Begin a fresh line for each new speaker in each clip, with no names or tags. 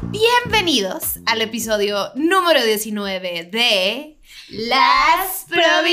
Bienvenidos al episodio número 19 de Las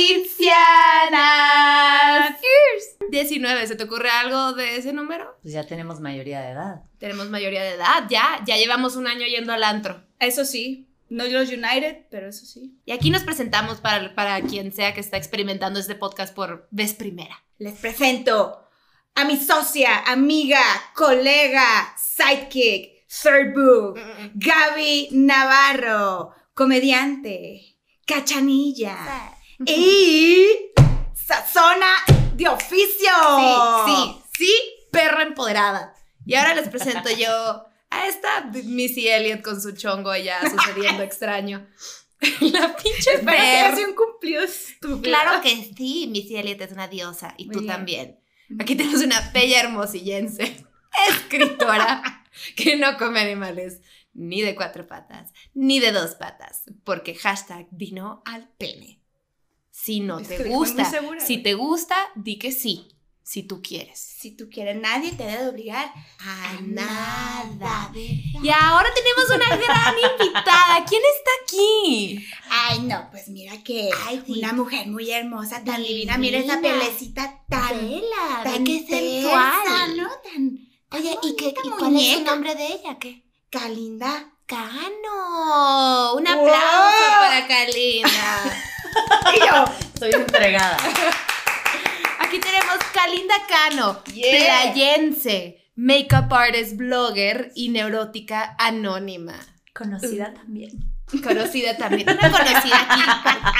Provincianas. 19, ¿se te ocurre algo de ese número?
Pues ya tenemos mayoría de edad.
Tenemos mayoría de edad, ya llevamos un año yendo al antro.
Eso sí, no los United, pero eso sí.
Y aquí nos presentamos para quien sea que está experimentando este podcast por vez primera.
Les presento a mi socia, amiga, colega, sidekick, third book, Gaby Navarro, comediante, cachanilla y sazona de oficio.
Sí, perra empoderada. Y ahora les presento yo a esta Missy Elliott con su chongo ya sucediendo extraño. La pinche
perra. Hace un cumplido estúpido.
Claro que sí, Missy Elliott es una diosa y tú también. Aquí tenemos una bella hermosillense, escritora, que no come animales ni de 4 patas, ni de 2 patas, porque hashtag di no al pene. Si no te gusta, si te gusta, di que sí, si tú quieres.
Si tú quieres, nadie te debe obligar a nada.
Y ahora tenemos una gran invitada. ¿Quién está aquí?
Ay, no, pues mira que una mujer muy hermosa, tan divina. Mira esa pelecita tan
qué sensual,
¿no?
Oye, ¿y cuál es el nombre de ella? ¿Qué?
Kalinda
Cano. Un aplauso para Kalinda.
Y yo
estoy entregada.
Aquí tenemos Kalinda Cano, playense, makeup artist, blogger y neurótica anónima.
Conocida también.
Conocida también. Una conocida aquí.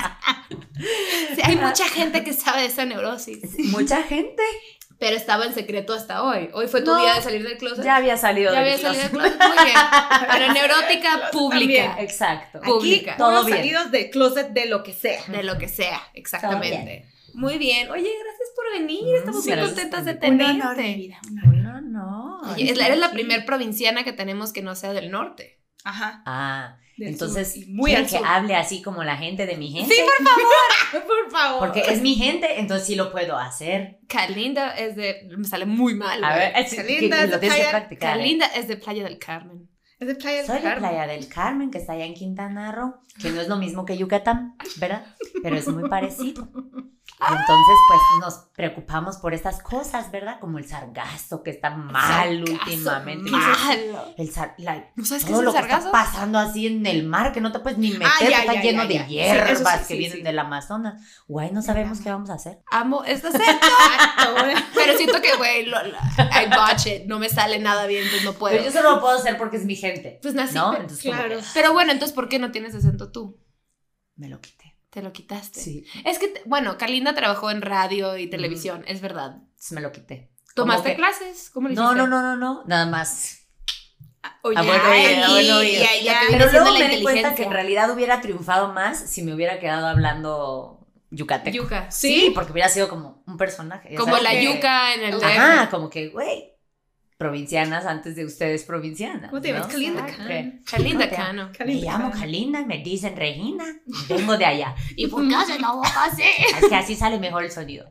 Sí, hay mucha gente que sabe de esa neurosis.
Mucha gente.
Pero estaba en secreto hasta hoy. Hoy fue tu día de salir del closet.
Ya había salido del
closet. Muy bien. Pero neurótica pública.
También.
Exacto.
Pública.
Aquí, todo bien. Salidos del closet de lo que sea.
De lo que sea, exactamente. Muy bien. Oye, gracias por venir. Estamos muy contentas de tenerte.
Un honor, mi vida.
No.
Oye, eres la primer provinciana que tenemos que no sea del norte.
Ajá.
Ah,
del
entonces,
sur, muy
¿quieren
al
que
sur.
hable así como la gente de mi gente?
Sí, por favor.
Por favor.
Porque es mi gente, entonces sí lo puedo hacer.
Kalinda es de... Me sale muy mal.
A ver,
Kalinda es de
lo tienes que
Playa-
practicar.
Kalinda es de Playa del Carmen.
Es de Playa del
Soy de
Carmen.
Playa del Carmen, que está allá en Quintana Roo, que no es lo mismo que Yucatán, ¿verdad? Pero es muy parecido. Y entonces, pues, nos preocupamos por estas cosas, ¿verdad? Como el sargazo, que está mal últimamente.
Malo.
¿No sabes qué
es el
lo que
sargazo?
está pasando así en el mar, que no te puedes ni meter,
ya,
está
ya,
lleno
ya,
de
ya.
hierbas
Sí, eso sí,
que
sí,
vienen
sí.
del Amazonas. Guay, no sabemos qué vamos a hacer.
Amo este acento. Pero siento que, güey, I botch it. No me sale nada bien, entonces no puedo.
Pero yo solo lo puedo hacer porque es mi gente.
Pues nací.
¿No?
pero-
Entonces,
claro.
como que,
Pero bueno, entonces, ¿por qué no tienes acento tú?
me lo quité.
Te lo quitaste.
Sí,
Es que, bueno, Kalinda trabajó en radio y televisión, es verdad.
entonces me lo quité.
¿Tomaste
Como que-
clases? ¿Cómo lo
No,
no.
nada más.
Oye,
bueno,
ya te
Pero
viene siendo
luego
la
me di cuenta
inteligencia.
que en realidad hubiera triunfado más si me hubiera quedado hablando yucateco.
Yuca.
Sí, porque hubiera sido como un personaje. ya
Como
sabes
la
que-
yuca en el
Ajá, como que, güey, provincianas antes de ustedes provincianas.
¿Cómo te llamas?
¿no?
Kalinda
Siempre.
Kalinda
¿Cómo te
Cano.
Me llamo Kalinda, me dicen Regina, vengo de allá.
¿Y por qué haces la boca así?
Es que así sale mejor el sonido.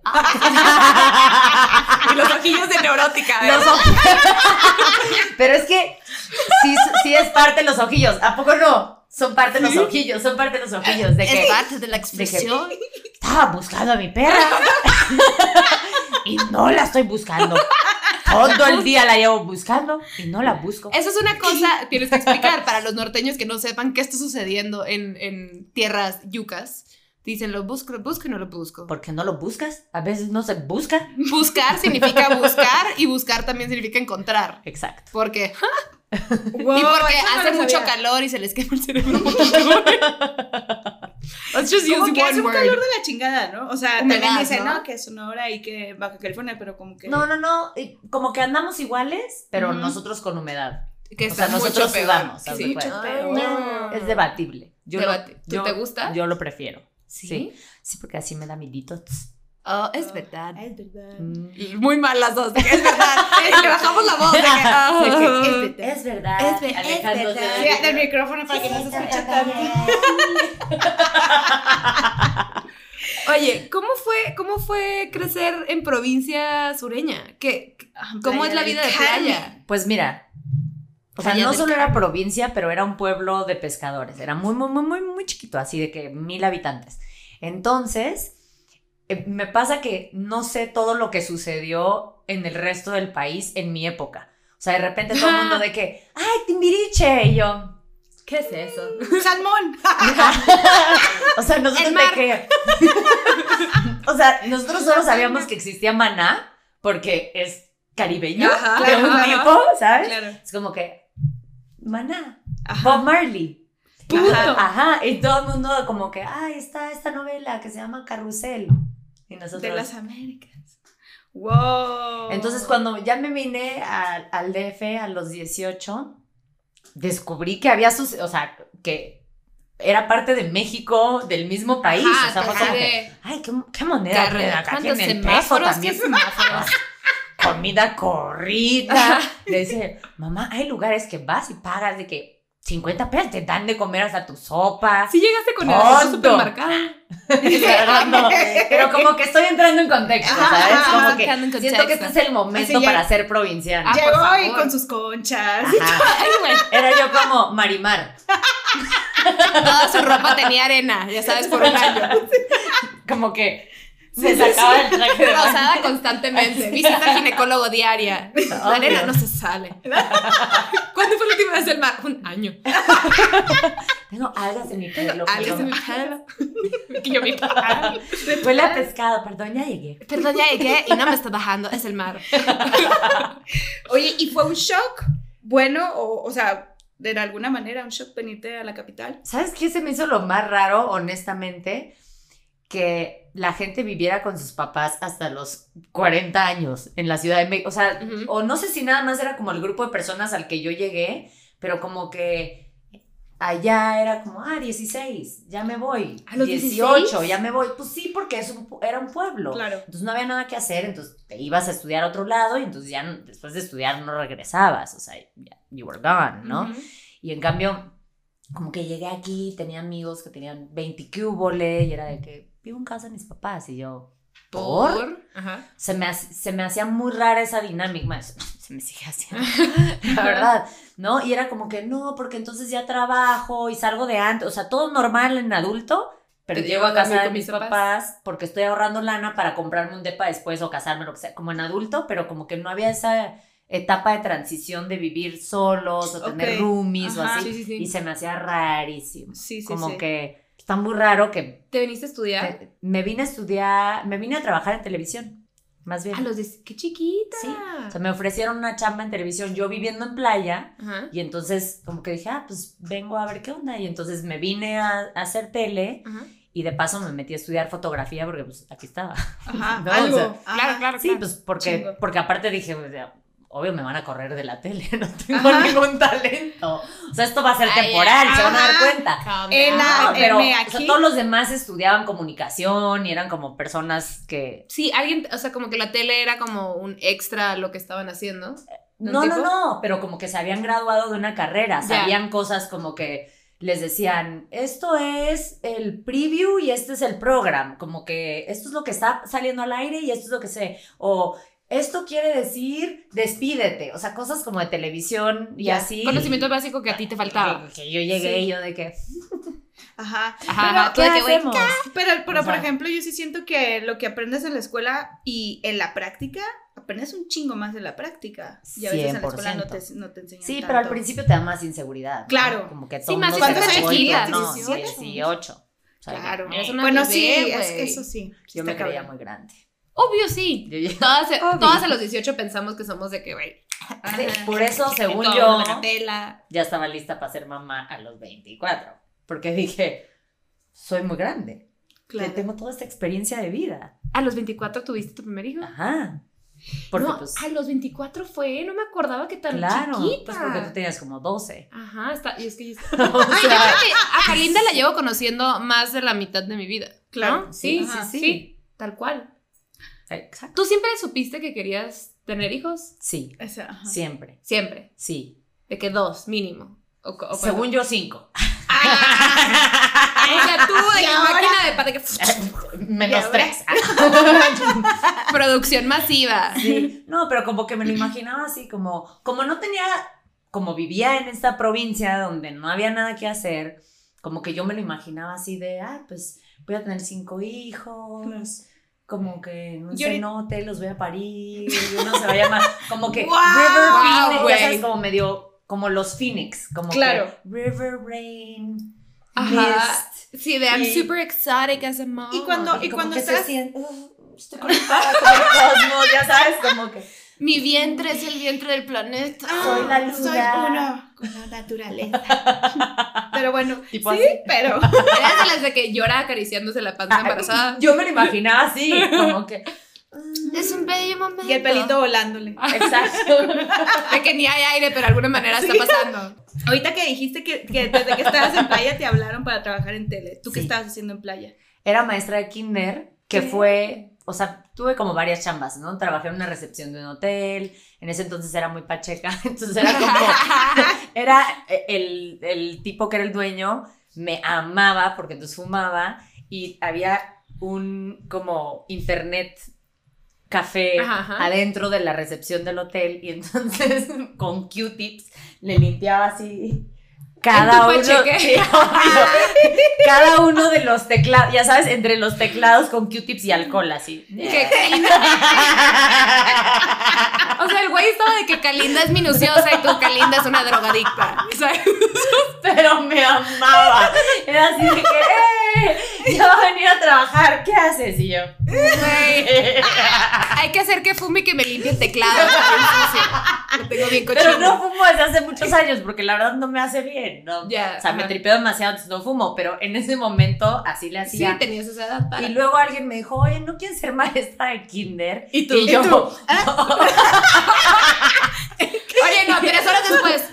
Y los ojillos de neurótica.
Los ojillos. Pero es que sí es parte de los ojillos. ¿A poco no? Son parte de los ojillos, son parte de los ojillos. De que
Es parte de la expresión.
estaba buscando a mi perra y no la estoy buscando. Todo el día la llevo buscando y no la busco.
Eso es una cosa, tienes que explicar para los norteños que no sepan qué está sucediendo en tierras yucas. Dicen, lo busco y no lo busco.
¿Por qué no lo buscas? A veces no se busca.
Buscar significa buscar y buscar también significa encontrar.
Exacto.
Porque
Wow,
y porque
eso no
hace
lo
mucho
sabía.
calor y se les quema el cerebro. Let's just
Como
use
que hace
one
un
word.
calor de la chingada, ¿no? O sea,
Humedad,
también dicen,
¿no?
¿no? Que Sonora y que Baja California, pero como que...
No. y como que andamos iguales, pero
Ujú.
nosotros con humedad.
Que
O sea,
está
nosotros
mucho peor.
sudamos. haz de
Sí,
cuenta.
mucho peor.
No.
Es debatible.
¿Tú te gusta?
Yo lo prefiero.
¿Sí?
Sí, porque así me da midito.
Oh, es verdad.
Es verdad.
Muy mal las dos. de que es verdad. Le bajamos la voz. De que,
Es verdad.
Es verdad.
Alejándose de-
Sí, del micrófono para que no se escuche tanto.
Oye, ¿cómo fue crecer en provincia sureña? ¿Cómo
Playa
es la
del
vida de
Carmen.
playa?
Pues mira, O sea, no solo era provincia, pero era un pueblo de pescadores. Era muy, muy, muy, muy, muy chiquito, así de que 1000 habitantes. Entonces, me pasa que no sé todo lo que sucedió en el resto del país en mi época. O sea, de repente todo el mundo de que, ¡ay, Timbiriche! Y yo,
¿qué es eso?
¡Salmón!
O sea, nosotros de que... O sea, nosotros solo sabíamos que existía Maná porque es caribeño, de un tipo, ¿sabes? Claro. Es como que, Maná, Bob Marley. Ajá, y todo el mundo como que, está esta novela que se llama Carrusel. Y nosotros...
De las Américas. ¡Wow!
Entonces, cuando ya me vine al DF a los 18, descubrí que había o sea, que era parte de México, del mismo país. O sea, fue como que, ay, qué moneda acá tiene el peso también. Comida corrida. Le dice, mamá, hay lugares que vas y pagas de que 50 pesos te dan de comer hasta tu sopa.
Sí llegaste con el supermercado.
No, pero como que estoy entrando en contexto, ¿sabes? Como que siento que este es el momento para ser provinciana.
Llegó y con sus conchas.
Era yo como Marimar.
Toda su ropa tenía arena, ya sabes, por un año.
Como que se sacaba el traje de baño.
Rosada constantemente. Visita al ginecólogo diaria. La arena no se sale. ¿Cuándo fue la última vez del mar? Un año.
Tengo algas en mi pelo.
Algas en mi pelo. Que yo mi pelo.
Huele a pescado. Perdón, ya llegué
y no me está bajando. Es el mar.
Oye, ¿y fue un shock bueno o sea, de alguna manera un shock venirte a la capital?
¿Sabes qué se me hizo lo más raro, honestamente? Que la gente viviera con sus papás hasta los 40 años en la Ciudad de México. O sea, o no sé si nada más era como el grupo de personas al que yo llegué, pero como que allá era como, 16, ya me voy.
¿A los
18,
16?
ya me voy. Pues sí, porque era un pueblo.
Claro.
Entonces no había nada que hacer, entonces te ibas a estudiar a otro lado y entonces ya después de estudiar no regresabas. O sea, you were gone, ¿no? Y en cambio, como que llegué aquí, tenía amigos que tenían 20 cúbole y era de que vivo en casa de mis papás y yo, ¿por? Ajá. Se me hacía muy rara esa dinámica, se me sigue haciendo, la verdad, ¿no? Y era como que no, porque entonces ya trabajo y salgo de antes, o sea, todo normal en adulto, pero llego a casa de mis papás porque estoy ahorrando lana para comprarme un depa después o casarme, lo que sea, como en adulto, pero como que no había esa etapa de transición de vivir solos o tener roomies o así, y se me hacía rarísimo, como que está muy raro que...
¿Te viniste a estudiar?
Me vine a trabajar en televisión, más bien.
A los ¡qué chiquita!
Sí, o sea, me ofrecieron una chamba en televisión, yo viviendo en playa, y entonces como que dije, pues vengo a ver qué onda, y entonces me vine a hacer tele, y de paso me metí a estudiar fotografía porque pues aquí estaba.
¿No? Algo.
O sea, claro. Sí, pues porque aparte dije, o sea, obvio me van a correr de la tele, no tengo ningún talento. O sea, esto va a ser temporal, se van a dar cuenta. Pero o sea, todos los demás estudiaban comunicación y eran como personas que...
Sí, alguien, o sea, como que la tele era como un extra a lo que estaban haciendo.
No, pero como que se habían graduado de una carrera, sabían cosas como que les decían, esto es el preview y este es el program, como que esto es lo que está saliendo al aire y esto es lo que sé, o... Esto quiere decir despídete, o sea, cosas como de televisión y así.
Conocimiento básico que a ti te faltaba.
Que yo llegué y yo de que...
Ajá.
¿Qué hacemos?
Pero por ejemplo, yo sí siento que lo que aprendes en la escuela y en la práctica, aprendes un chingo más de la práctica. Y a veces en la escuela no te enseñan tanto.
Pero al principio te da más inseguridad, ¿no?
Claro.
Como que todo
más
mundo
se chiquita.
No, 18. O sea,
claro.
Bueno,
sí, eso sí.
Yo me creía muy grande.
Obvio, sí. Todas a los 18 pensamos que somos de que, güey.
Sí, por eso, según yo, ya estaba lista para ser mamá a los 24. Porque dije, soy muy grande. Claro. Tengo toda esta experiencia de vida.
¿A los 24 tuviste tu primer hijo?
Ajá. Porque,
no, a los 24 fue, no me acordaba que tan chiquita.
Pues porque tú tenías como 12.
Ajá, y es que yo yo creo que a Kalinda la llevo conociendo más de la mitad de mi vida.
Claro.
¿No? Sí, tal cual.
Exacto.
¿Tú siempre supiste que querías tener hijos?
Sí, siempre.
Siempre.
Sí.
De que 2, mínimo.
Según yo, 5.
O sea, tú de la máquina de pata que...
Menos 3.
Producción masiva.
Sí. No, pero como que me lo imaginaba así, como no tenía como vivía en esta provincia donde no había nada que hacer, como que yo me lo imaginaba así de, pues voy a tener 5 hijos, como que en un cenote los voy a parir, y uno se va a llamar, como que River Phoenix, ya sabes, como medio, como los Phoenix, como que River Rain, Mist.
Sí, de I'm super exotic as a mom.
Y cuando estás...
estoy conectada con el cosmos, ya sabes, como que...
Mi vientre es el vientre del planeta.
Soy la luna.
Soy uno con la naturaleza. Pero bueno,
tipo
sí,
así.
pero...
Eras de las de que llora acariciándose la panza embarazada.
Yo me lo imaginaba así, como que...
Es un bello momento.
Y el pelito volándole.
Exacto.
De que ni hay aire, pero de alguna manera está pasando.
Ahorita que dijiste que desde que estabas en playa te hablaron para trabajar en tele. ¿Tú qué estabas haciendo en playa?
Era maestra de kinder, que fue... O sea, tuve como varias chambas, ¿no? Trabajé en una recepción de un hotel, en ese entonces era muy pacheca, entonces era como, era el tipo que era el dueño, me amaba porque entonces fumaba y había un como internet café adentro de la recepción del hotel y entonces con Q-tips le limpiaba así... Cada uno de los teclados, ya sabes, entre los teclados con Q-tips y alcohol, así.
Que Kalinda... O sea, el güey estaba de que Kalinda es minuciosa y tú, Kalinda, es una drogadicta, ¿sabes?
Pero me amaba. Era así de que, ya va a venir a trabajar, ¿qué haces? Y yo,
hay que hacer que fume y que me limpie el teclado. Lo tengo bien cochino.
Pero no fumo desde hace muchos años porque la verdad no me hace bien, ¿no? O sea, me tripeo demasiado, entonces no fumo, pero en ese momento así le hacía.
Sí, tenías esa edad para.
Y luego alguien me dijo, oye, ¿no quieres ser maestra de kinder?
Y
yo,
oye, no, 3 horas después.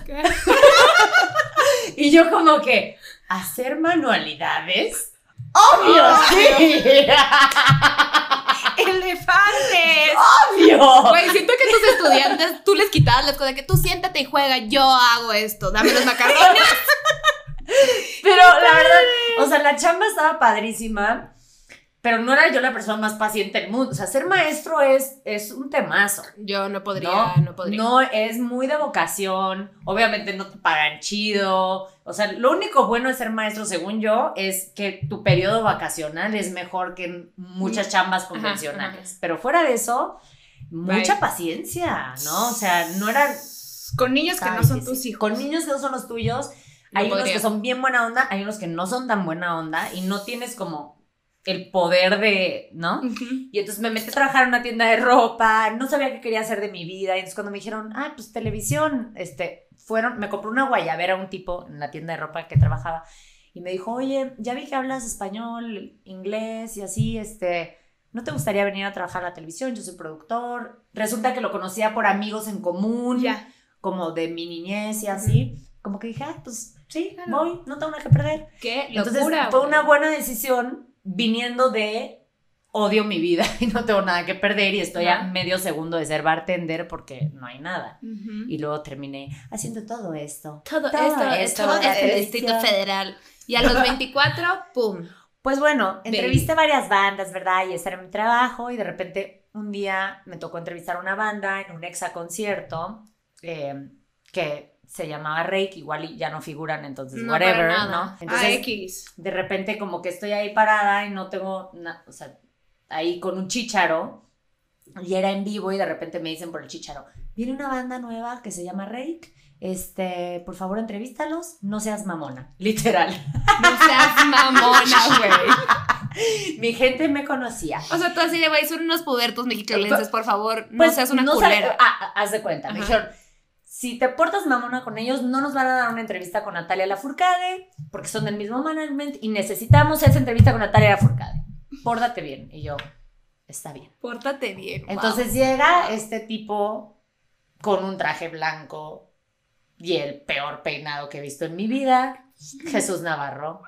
Y yo como que, ¿hacer manualidades? ¡Obvio, sí!
¡Elefantes!
¡Obvio!
Güey, siento que tus estudiantes, tú les quitabas las cosas, que tú siéntate y juega, yo hago esto, dame los macarrones.
Pero la verdad, o sea, la chamba estaba padrísima, pero no era yo la persona más paciente del mundo. O sea, ser maestro es un temazo.
Yo no podría.
No, es muy de vocación. Obviamente no te pagan chido. O sea, lo único bueno de ser maestro, según yo, es que tu periodo vacacional es mejor que en muchas chambas convencionales. Pero fuera de eso, mucha paciencia, ¿no? O sea, no era...
Con niños que no son tus hijos.
Con niños que no son los tuyos. Hay unos que son bien buena onda, hay unos que no son tan buena onda y no tienes como... el poder de, ¿no? Y entonces me metí a trabajar en una tienda de ropa, no sabía qué quería hacer de mi vida, y entonces cuando me dijeron, pues televisión, me compró una guayabera un tipo en la tienda de ropa que trabajaba, y me dijo, oye, ya vi que hablas español, inglés, y así, ¿no te gustaría venir a trabajar a la televisión? Yo soy productor. Resulta que lo conocía por amigos en común, como de mi niñez y así, como que dije, pues sí, voy, no tengo nada que perder.
¡Qué locura!
Entonces fue una buena decisión, viniendo de odio mi vida y no tengo nada que perder y estoy a medio segundo de ser bartender porque no hay nada. Y luego terminé haciendo todo esto.
Todo esto en el Distrito Federal. Y a los 24, ¡pum!
Pues bueno, entrevisté varias bandas, ¿verdad? Y ese era mi trabajo y de repente un día me tocó entrevistar a una banda en un concierto que se llamaba Reiki, igual y ya no figuran, entonces whatever, ¿no? Entonces, de repente como que estoy ahí parada y no tengo nada, o sea, ahí con un chícharo y era en vivo y de repente me dicen por el chícharo, viene una banda nueva que se llama Reiki, por favor entrevístalos, no seas mamona, literal.
No seas mamona, güey.
Mi gente me conocía.
O sea, tú así de, güey, son unos pubertos mexicalenses, por favor, no seas una culera.
Haz de cuenta, me dijeron, si te portas mamona con ellos, no nos van a dar una entrevista con Natalia Lafourcade, porque son del mismo management, y necesitamos esa entrevista con Natalia Lafourcade. Pórtate bien. Y yo, está bien.
Pórtate bien.
Entonces llega este tipo con un traje blanco y el peor peinado que he visto en mi vida, Jesús Navarro.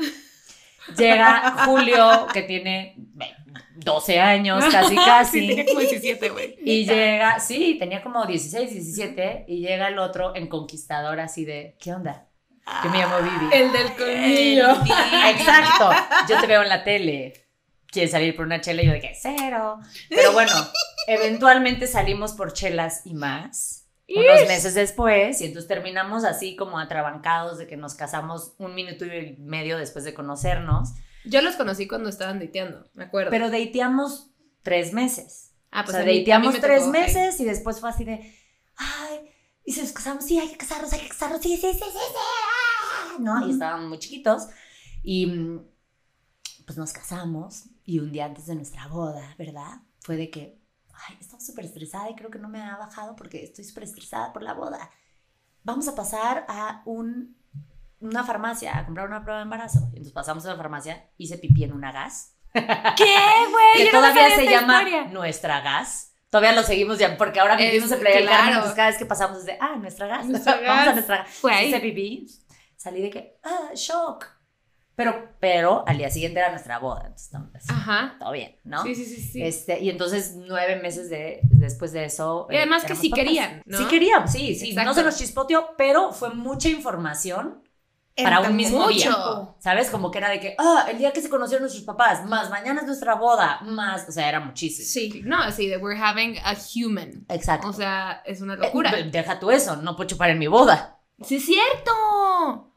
Llega Julio, que tiene 12 años, casi.
Sí, tenía como 17, güey.
Y llega, tenía como 16, 17, y llega el otro en conquistador así de, ¿qué onda? Yo me llamo Vivi.
El del colmillo.
Exacto. Yo te veo en la tele. ¿Quieres salir por una chela? Y yo de que 0. Pero bueno, eventualmente salimos por chelas y más. unos meses después, y entonces terminamos así como atrabancados de que nos casamos 1 minuto y medio después de conocernos.
Yo los conocí cuando estaban dateando, me acuerdo.
Pero dateamos 3 meses.
Pues
o sea, dateamos 3 meses y después fue así de, ay, y se nos casamos, sí, hay que casarnos, sí, ¿no? Y estábamos muy chiquitos y pues nos casamos y un día antes de nuestra boda, ¿verdad? Fue de que, ay, estoy súper estresada y creo que no me ha bajado porque estoy súper estresada por la boda. Vamos a pasar a una farmacia a comprar una prueba de embarazo. Y entonces pasamos a la farmacia, hice pipí en una gas.
¿Qué, güey?
Que todavía se llama Nuestra Gas. Todavía lo seguimos ya, porque ahora vivimos en Playa del Carmen, entonces cada vez que pasamos es de, Nuestra Gas. Vamos a Nuestra Gas.
Fue ahí.
Hice pipí, salí de que, shock. Pero al día siguiente era nuestra boda, entonces todo bien, ¿no?
Sí.
Y entonces 9 meses después de eso.
Y además que sí querían, ¿no?
Sí queríamos, sí.
Exacto.
No se nos chispoteó, pero fue mucha información para un mismo día. ¿Sabes? Como que era de que, el día que se conocieron nuestros papás, más mañana es nuestra boda, más, o sea, era muchísimo.
Sí, no, así de we're having a human.
Exacto.
O sea, es una locura.
Deja tú eso, no puedo chupar en mi boda.
¡Sí es cierto!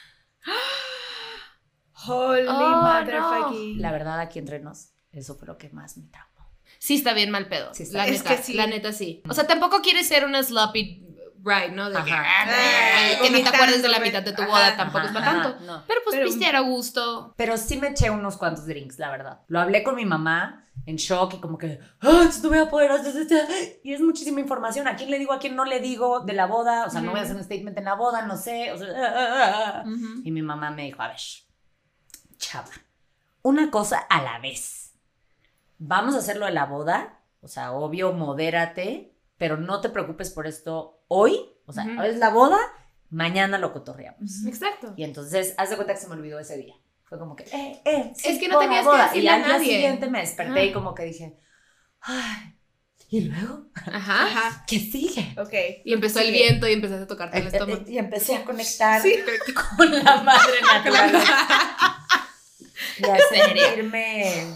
Holy motherfucking.
La verdad, aquí entre nos, eso fue lo que más me traumó.
Sí está bien mal pedo.
Sí
la neta sí. O sea, tampoco quieres ser una sloppy bride, ¿no? De que no te acuerdes de la mitad de tu boda, tampoco es para tanto. No. Pero pues pistear a gusto.
Pero sí me eché unos cuantos drinks, la verdad. Lo hablé con mi mamá en shock y como que, no voy a poder hacer. Y es muchísima información. ¿A quién le digo, a quién no le digo de la boda? O sea, no voy a hacer un statement en la boda, no sé. O sea, Y mi mamá me dijo, a ver, chava, una cosa a la vez. Vamos a hacer lo de la boda, o sea, obvio, modérate, pero no te preocupes por esto hoy, o sea, es la boda, mañana lo cotorreamos.
Exacto.
Y entonces, haz de cuenta que se me olvidó ese día. Fue como que, sí,
es que no tenías que decirle
y
a
al
nadie.
día siguiente me desperté y como que dije, ay, ¿y luego? ¿Qué sigue?
Ok.
Y empezó el viento y empezaste a tocarte el estómago.
Y empecé a conectar con la madre naturaleza. Y a sentirme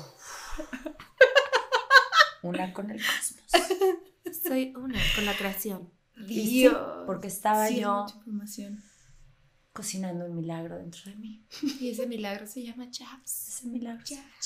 una con el cosmos.
Soy una con la creación.
Dios, porque estaba yo
mucha información.
cocinando un milagro dentro de mí.
Y ese milagro se llama jazz.
Ese milagro.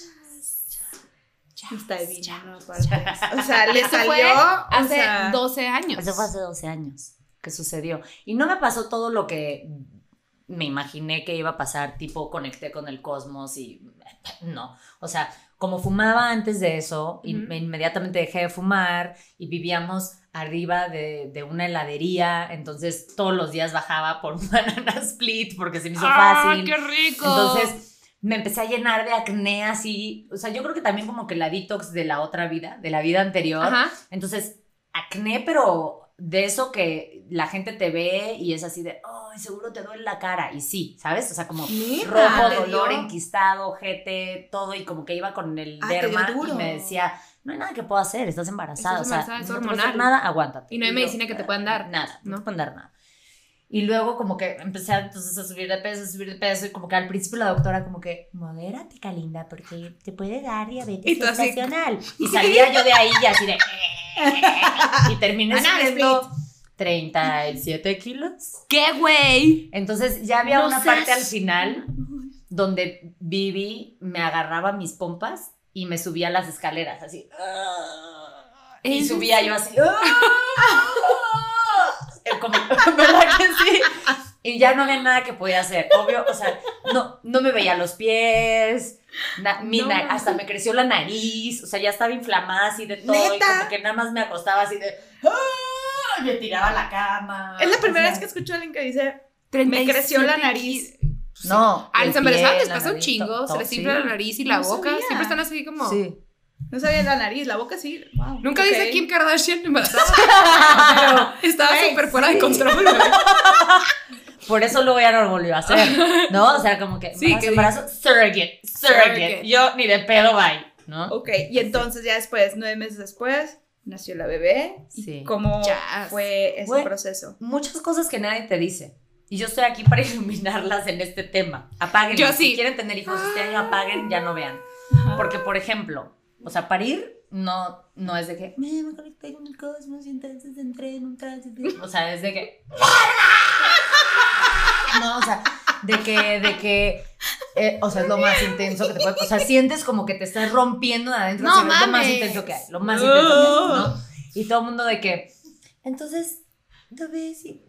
Está divino, ¿no? O sea, le salió
hace 12 años.
Eso fue hace 12 años que sucedió. Y no me pasó todo lo que me imaginé que iba a pasar, tipo conecté con el cosmos y no. O sea, como fumaba antes de eso, inmediatamente dejé de fumar y vivíamos arriba de una heladería, entonces todos los días bajaba por un banana split porque se me hizo fácil.
¡Qué rico!
Entonces me empecé a llenar de acné así, o sea, yo creo que también como que la detox de la otra vida, de la vida anterior. Entonces, acné, pero de eso que la gente te ve y es así de, seguro te duele la cara, y sí, ¿sabes? O sea, como rojo, dolor, enquistado, ojete, todo, y como que iba con el derma y me decía, no hay nada que pueda hacer, estás embarazada, o sea,
es
no
hormonal.
te hacer nada, aguántate.
Y no hay medicina que te puedan dar.
Nada, no te pueden dar nada. Y luego como que empecé entonces a subir de peso y como que al principio la doctora como que, modérate, Kalinda, porque te puede dar diabetes gestacional. Y salía yo de ahí y así de... y terminé subiendo 37 kilos.
¿Qué, güey?
Entonces ya había una parte al final donde Vivi me agarraba mis pompas y me subía las escaleras así. Y subía yo así. Como, ¿verdad que sí? Y ya no había nada que podía hacer, obvio, o sea, no me veía los pies, hasta me creció la nariz, o sea, ya estaba inflamada así de todo. ¿Neta? Y como que nada más me acostaba así de, me tiraba a la cama.
Es la primera vez que escucho a alguien que dice, me creció la nariz.
No,
a los embarazados les pasa un chingo, se les infla la nariz y la boca, siempre están así como...
Sí.
No sabía la nariz, la boca sí. Wow.
Nunca dice Kim Kardashian embarazada. Pero estaba súper fuera de control.
Por eso luego ya no lo volvió a hacer, ¿no? O sea, como que embarazo, surrogate. Yo ni de pedo, bye, ¿no?
Ok, y entonces ya después, 9 meses después, nació la bebé.
Sí.
¿Cómo fue ese proceso?
Muchas cosas que nadie te dice. Y yo estoy aquí para iluminarlas en este tema. Apáguenlo.
Yo sí.
Si quieren tener hijos este año, apaguen, ya no vean. Porque, por ejemplo, o sea, parir no es de que me conecté con el cosmos y entonces entré en un trance. O sea, es de que no, o sea, de que o sea, es lo más intenso que te puede, o sea, sientes como que te estás rompiendo de adentro.
No,
es lo más intenso que hay, lo más intenso que hay, ¿no? Y todo el mundo de que, entonces, lo ves y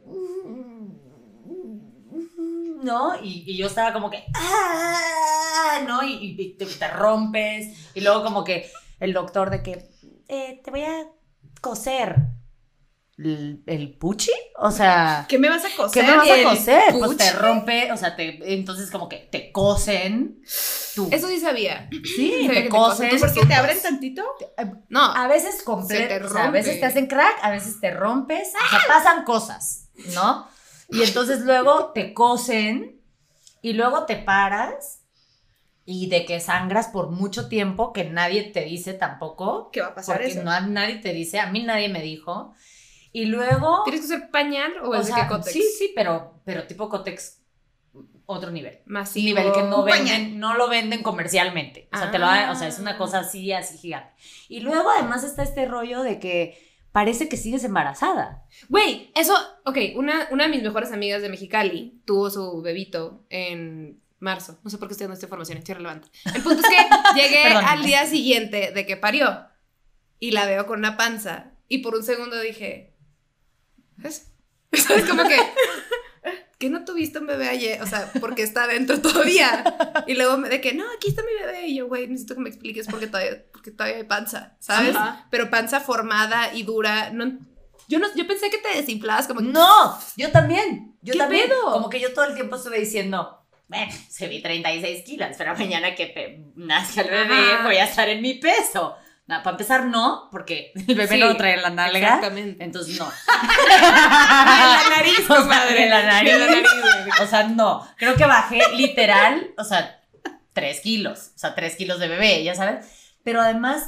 ¿no? Y yo estaba como que ¿no? Y te rompes. Y luego como que el doctor de que te voy a coser el puchi, o sea,
¿qué me vas a coser?
¿Qué me vas a coser? Pues te rompe, o sea, entonces como que te cosen.
Eso sí sabía.
Sí, te cosen.
¿Por qué te abren tantito?
No, a veces completo, o sea, a veces te hacen crack, a veces te rompes, o sea, pasan cosas, ¿no? Y entonces luego te cosen y luego te paras y de que sangras por mucho tiempo que nadie te dice tampoco.
¿Qué va a pasar
porque
eso?
Nadie te dice, a mí nadie me dijo. Y luego...
¿Tienes que usar pañal o es de que Cotex?
Sí, pero tipo Cotex, otro nivel.
Masivo.
Nivel que no lo venden comercialmente. O sea, o sea, es una cosa así gigante. Y luego además está este rollo de que parece que sigues embarazada.
Güey, eso, ok, una de mis mejores amigas de Mexicali tuvo su bebito en marzo. No sé por qué estoy dando esta información, estoy relevante. El punto es que llegué al día siguiente de que parió y la veo con una panza y por un segundo dije... ¿Sabes? Como que no tuviste un bebé ayer, o sea, porque está adentro todavía. Y luego de que, no, aquí está mi bebé. Y yo, güey, necesito que me expliques porque todavía hay panza, ¿sabes? Ajá. Pero panza formada y dura. Yo pensé que te desinflabas como que...
No, yo también.
¿Qué pedo?
Como que yo todo el tiempo estuve diciendo, subí 36 kilos, pero mañana que nazca el bebé voy a estar en mi peso. No, para empezar, no, porque el bebé no lo trae en la nalga.
Exactamente.
Entonces, no.
la nariz,
comadre. La nariz. O sea, no. Creo que bajé literal, o sea, 3 kilos. O sea, 3 kilos de bebé, ya sabes. Pero además,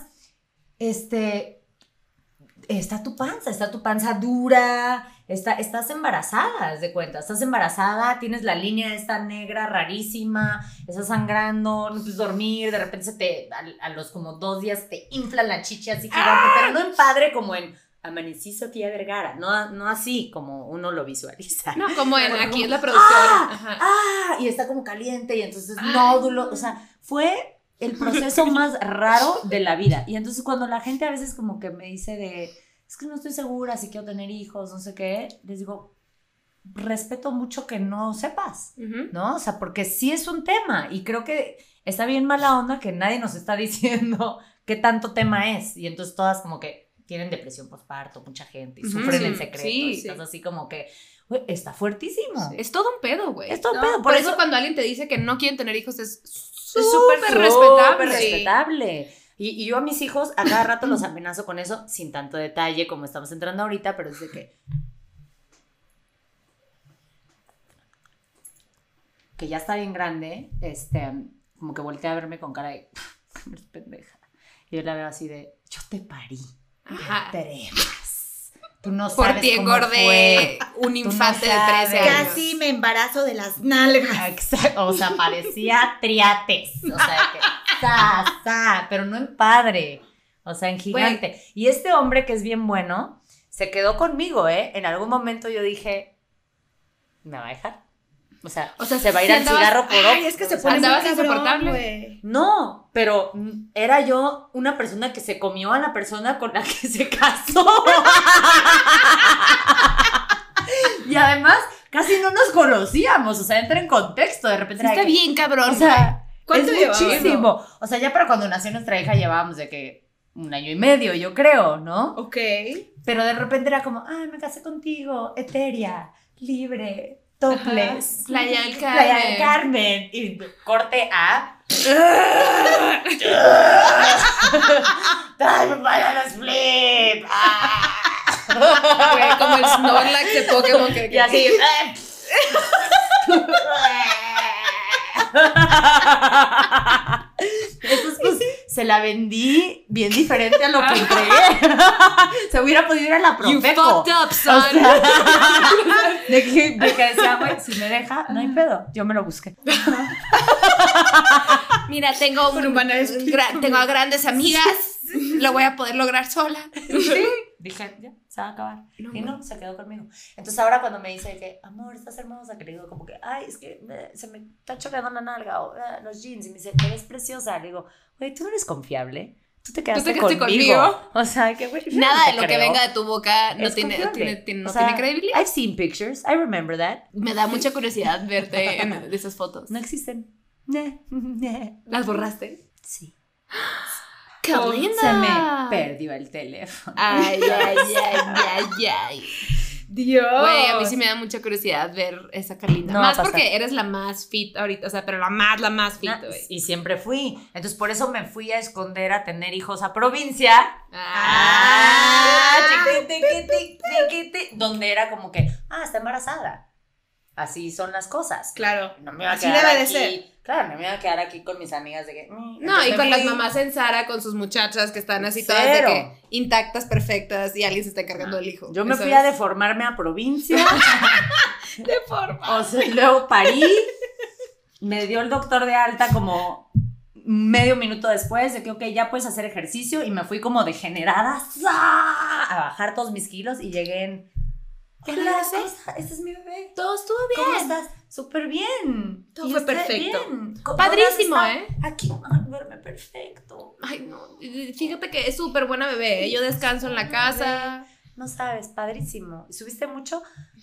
está tu panza dura. Estás embarazada, haz de cuenta. Estás embarazada, tienes la línea esta negra rarísima, estás sangrando, no puedes dormir, de repente a los como 2 días te infla la chicha así gigante, pero no en padre como en amanecí Sofía Vergara, no así como uno lo visualiza.
No, como en aquí es la producción.
Y está como caliente y entonces nódulo, o sea, fue el proceso más raro de la vida. Y entonces cuando la gente a veces como que me dice es que no estoy segura si quiero tener hijos, no sé qué, les digo, respeto mucho que no sepas, ¿no? O sea, porque sí es un tema y creo que está bien mala onda que nadie nos está diciendo qué tanto tema es y entonces todas como que tienen depresión postparto, mucha gente, y sufren en secreto y estás así como que, güey, está fuertísimo.
Sí. Es todo un pedo, güey.
Es todo un pedo.
Por eso cuando alguien te dice que no quieren tener hijos es súper respetable.
Respetable. Y yo a mis hijos a cada rato los amenazo con eso, sin tanto detalle como estamos entrando ahorita, pero es de que ya está bien grande, como que voltea a verme con cara de eres pendeja. Y yo la veo así de, yo te parí, te atreves. Tú no sabes
por ti engordé un infante de 13 años.
Casi me embarazo de las nalgas.
Exacto, o sea, parecía triates. O sea, que pero no en padre. O sea, en gigante. Bueno. Y este hombre que es bien bueno, se quedó conmigo, ¿eh? En algún momento yo dije, ¿me va a dejar? O sea se va a ir al cigarro por
Ay, es que se pone
andabas insoportable, güey.
No, pero era yo una persona que se comió a la persona con la que se casó. Y además, casi no nos conocíamos. O sea, entra en contexto. De repente
está bien, cabrón.
O sea,
¿cuánto
es muchísimo. O sea, ya para cuando nació nuestra hija llevábamos de que 1 año y medio, yo creo, ¿no?
Ok.
Pero de repente era como, ay, me casé contigo, etérea, libre, topless.
Playa del Carmen.
Playa del Carmen. Y corte a... ¡Dale, para los flip!
Güey, como el Snorlax de Pokémon que
y así... Entonces, pues, se la vendí bien diferente a lo que entregué. Se hubiera podido ir a la Profeco.
You fucked up, son.
O sea, de que decía, güey, si me deja, no hay pedo. Yo me lo busqué.
Mira, tengo a grandes amigas. lo voy a poder lograr sola.
Sí. Dije, ya, se va a acabar. Y no, se quedó conmigo. Entonces ahora cuando me dice que, amor, estás hermosa, que le digo como que, ay, es que se me está choreando la nalga o los jeans. Y me dice, te ves preciosa. Le digo, güey, tú no eres confiable. Tú te quedaste conmigo. O sea, que güey.
Nada de lo que venga de tu boca no tiene credibilidad.
I've seen pictures. I remember that.
Me da mucha curiosidad verte en esas fotos.
No existen.
¿Las borraste?
Sí.
¡Qué linda!
Se me perdió el teléfono.
Ay.
Dios.
Güey, a mí sí me da mucha curiosidad ver esa Carlina. No, más porque eres la más fit ahorita, o sea, pero la más fit, güey.
Y siempre fui. Entonces, por eso me fui a esconder a tener hijos a provincia. Chiquiti, donde era como que, está embarazada. Así son las cosas.
Claro.
No me iba a quedar así debe de ser. Claro, no me iba a quedar aquí con mis amigas de que...
No, y con las mamás en Zara, con sus muchachas que están así todas de que intactas, perfectas y alguien se está encargando del hijo.
Yo me fui a deformarme a provincia.
Deforma.
O sea, luego parí. Me dio el doctor de alta como medio minuto después de que, ok, ya puedes hacer ejercicio. Y me fui como degenerada a bajar todos mis kilos y llegué en... Hola, este es mi bebé.
Todo estuvo bien.
¿Cómo estás? Súper bien.
Todo fue perfecto.
Bien.
Padrísimo,
Aquí, duerme perfecto.
Ay, no. Fíjate que es súper buena bebé. Yo descanso en la casa.
No sabes, padrísimo. ¿Subiste mucho?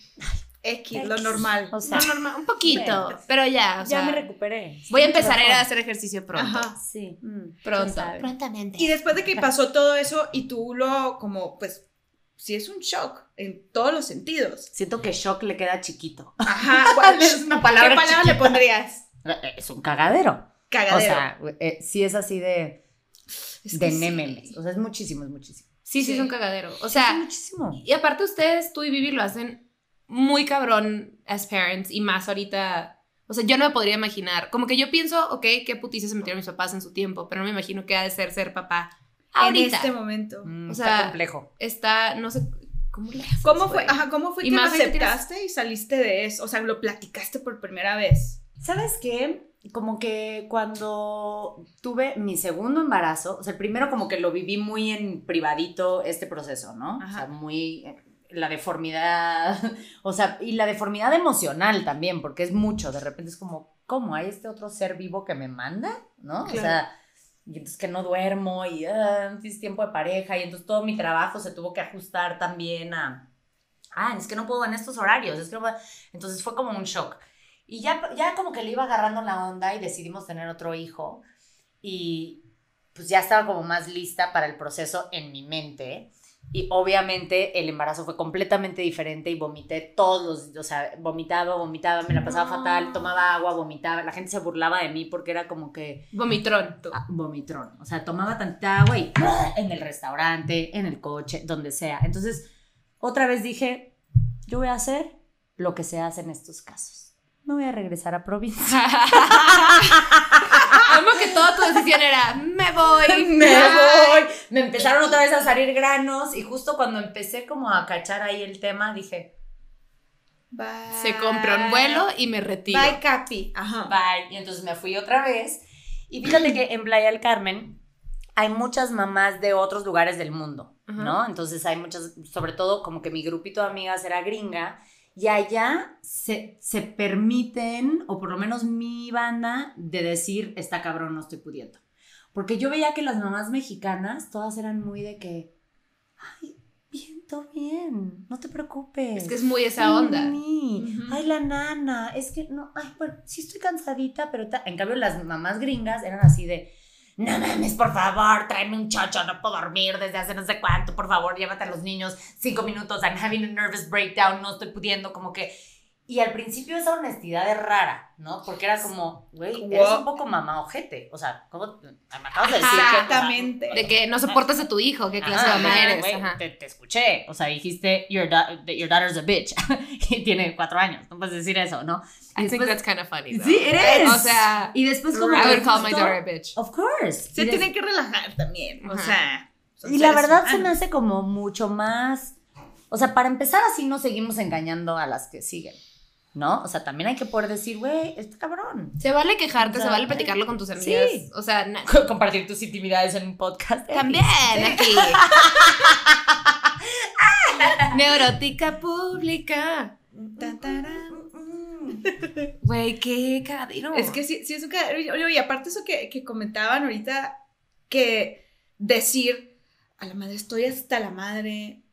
X, lo normal.
O sea, normal, un poquito. Bueno, pero ya, o sea,
ya me recuperé.
Voy a empezar a ir a hacer ejercicio pronto.
Ajá.
Sí.
Prontamente.
Y después de que pasó todo eso y tú pues, sí es un shock en todos los sentidos.
Siento que shock le queda chiquito.
Ajá. Es una palabra. ¿Qué palabra le pondrías?
Es un cagadero.
Cagadero.
O sea, sí es así de némeles. Sí. O sea, es muchísimo.
Sí, es un cagadero. O sea,
es muchísimo.
Y aparte ustedes, tú y Vivi, lo hacen muy cabrón as parents y más ahorita. O sea, yo no me podría imaginar. Como que yo pienso, ok, qué putiza se metieron mis papás en su tiempo, pero no me imagino qué ha de ser papá ahorita.
En este momento.
O sea, está complejo.
No sé, ¿cómo le haces,
¿Cómo fue que lo aceptaste y saliste de eso? O sea, lo platicaste por primera vez.
¿Sabes qué? Como que cuando tuve mi segundo embarazo, o sea, el primero como que lo viví muy en privadito este proceso, ¿no? Ajá. O sea, muy... la deformidad, o sea, y la deformidad emocional también, porque es mucho, de repente es como, ¿cómo? ¿Hay este otro ser vivo que me manda? ¿No? Claro. O sea, y entonces que no duermo y no tienes tiempo de pareja y entonces todo mi trabajo se tuvo que ajustar también a, es que no puedo en estos horarios, es que no puedo. Entonces fue como un shock. Y ya como que le iba agarrando la onda y decidimos tener otro hijo y pues ya estaba como más lista para el proceso en mi mente. Y obviamente el embarazo fue completamente diferente y vomité o sea, vomitaba, me la pasaba fatal, tomaba agua, vomitaba, la gente se burlaba de mí porque era como que...
Vomitrón.
Vomitrón, o sea, tomaba tanta agua y en el restaurante, en el coche, donde sea. Entonces, otra vez dije, yo voy a hacer lo que se hace en estos casos. No voy a regresar a provincia.
Amo que toda tu decisión era, me voy.
Me empezaron otra vez a salir granos y justo cuando empecé como a cachar ahí el tema, dije,
bye.
Se compró un vuelo y me retiro.
Bye, Capi.
Ajá. Bye. Y entonces me fui otra vez. Y fíjate que en Playa del Carmen hay muchas mamás de otros lugares del mundo, ¿no? Entonces hay muchas, sobre todo como que mi grupito de amigas era gringa. Y allá se permiten, o por lo menos mi banda, de decir, está cabrón, no estoy pudiendo. Porque yo veía que las mamás mexicanas, todas eran muy de que, ay, bien, todo bien, no te preocupes.
Es que es muy esa onda.
Ay, la nana, es que no, ay, bueno, sí estoy cansadita, pero... En cambio, las mamás gringas eran así de... No mames, por favor, tráeme un chocho, no puedo dormir desde hace no sé cuánto, por favor, llévate a los niños 5 minutos, I'm having a nervous breakdown, no estoy pudiendo, como que... Y al principio esa honestidad es rara, ¿no? Porque era como, güey, eres un poco mamá ojete, o sea, ¿cómo me acabas de decir?
Exactamente.
De que no soportas a tu hijo, ¿qué clase de mamá eres?
Wey, te escuché, o sea, dijiste, your daughter's a bitch, y tiene 4 años, no puedes decir eso, ¿no?
I think that's kind of funny, though.
Sí, eres.
O sea,
y después como...
I would call my daughter a bitch.
Of course.
Se tienen que relajar también, o sea...
Y la verdad se me hace como mucho más... O sea, para empezar así no seguimos engañando a las que siguen. ¿no? O sea, también hay que poder decir, güey, este cabrón.
Se vale quejarte, se vale platicarlo con tus amigas. Sí. O sea,
compartir tus intimidades en un podcast.
También, aquí. Neurótica pública. Güey, qué cagadero.
Es que sí es un cagadero. Y aparte eso que comentaban ahorita, que decir, a la madre, estoy hasta la madre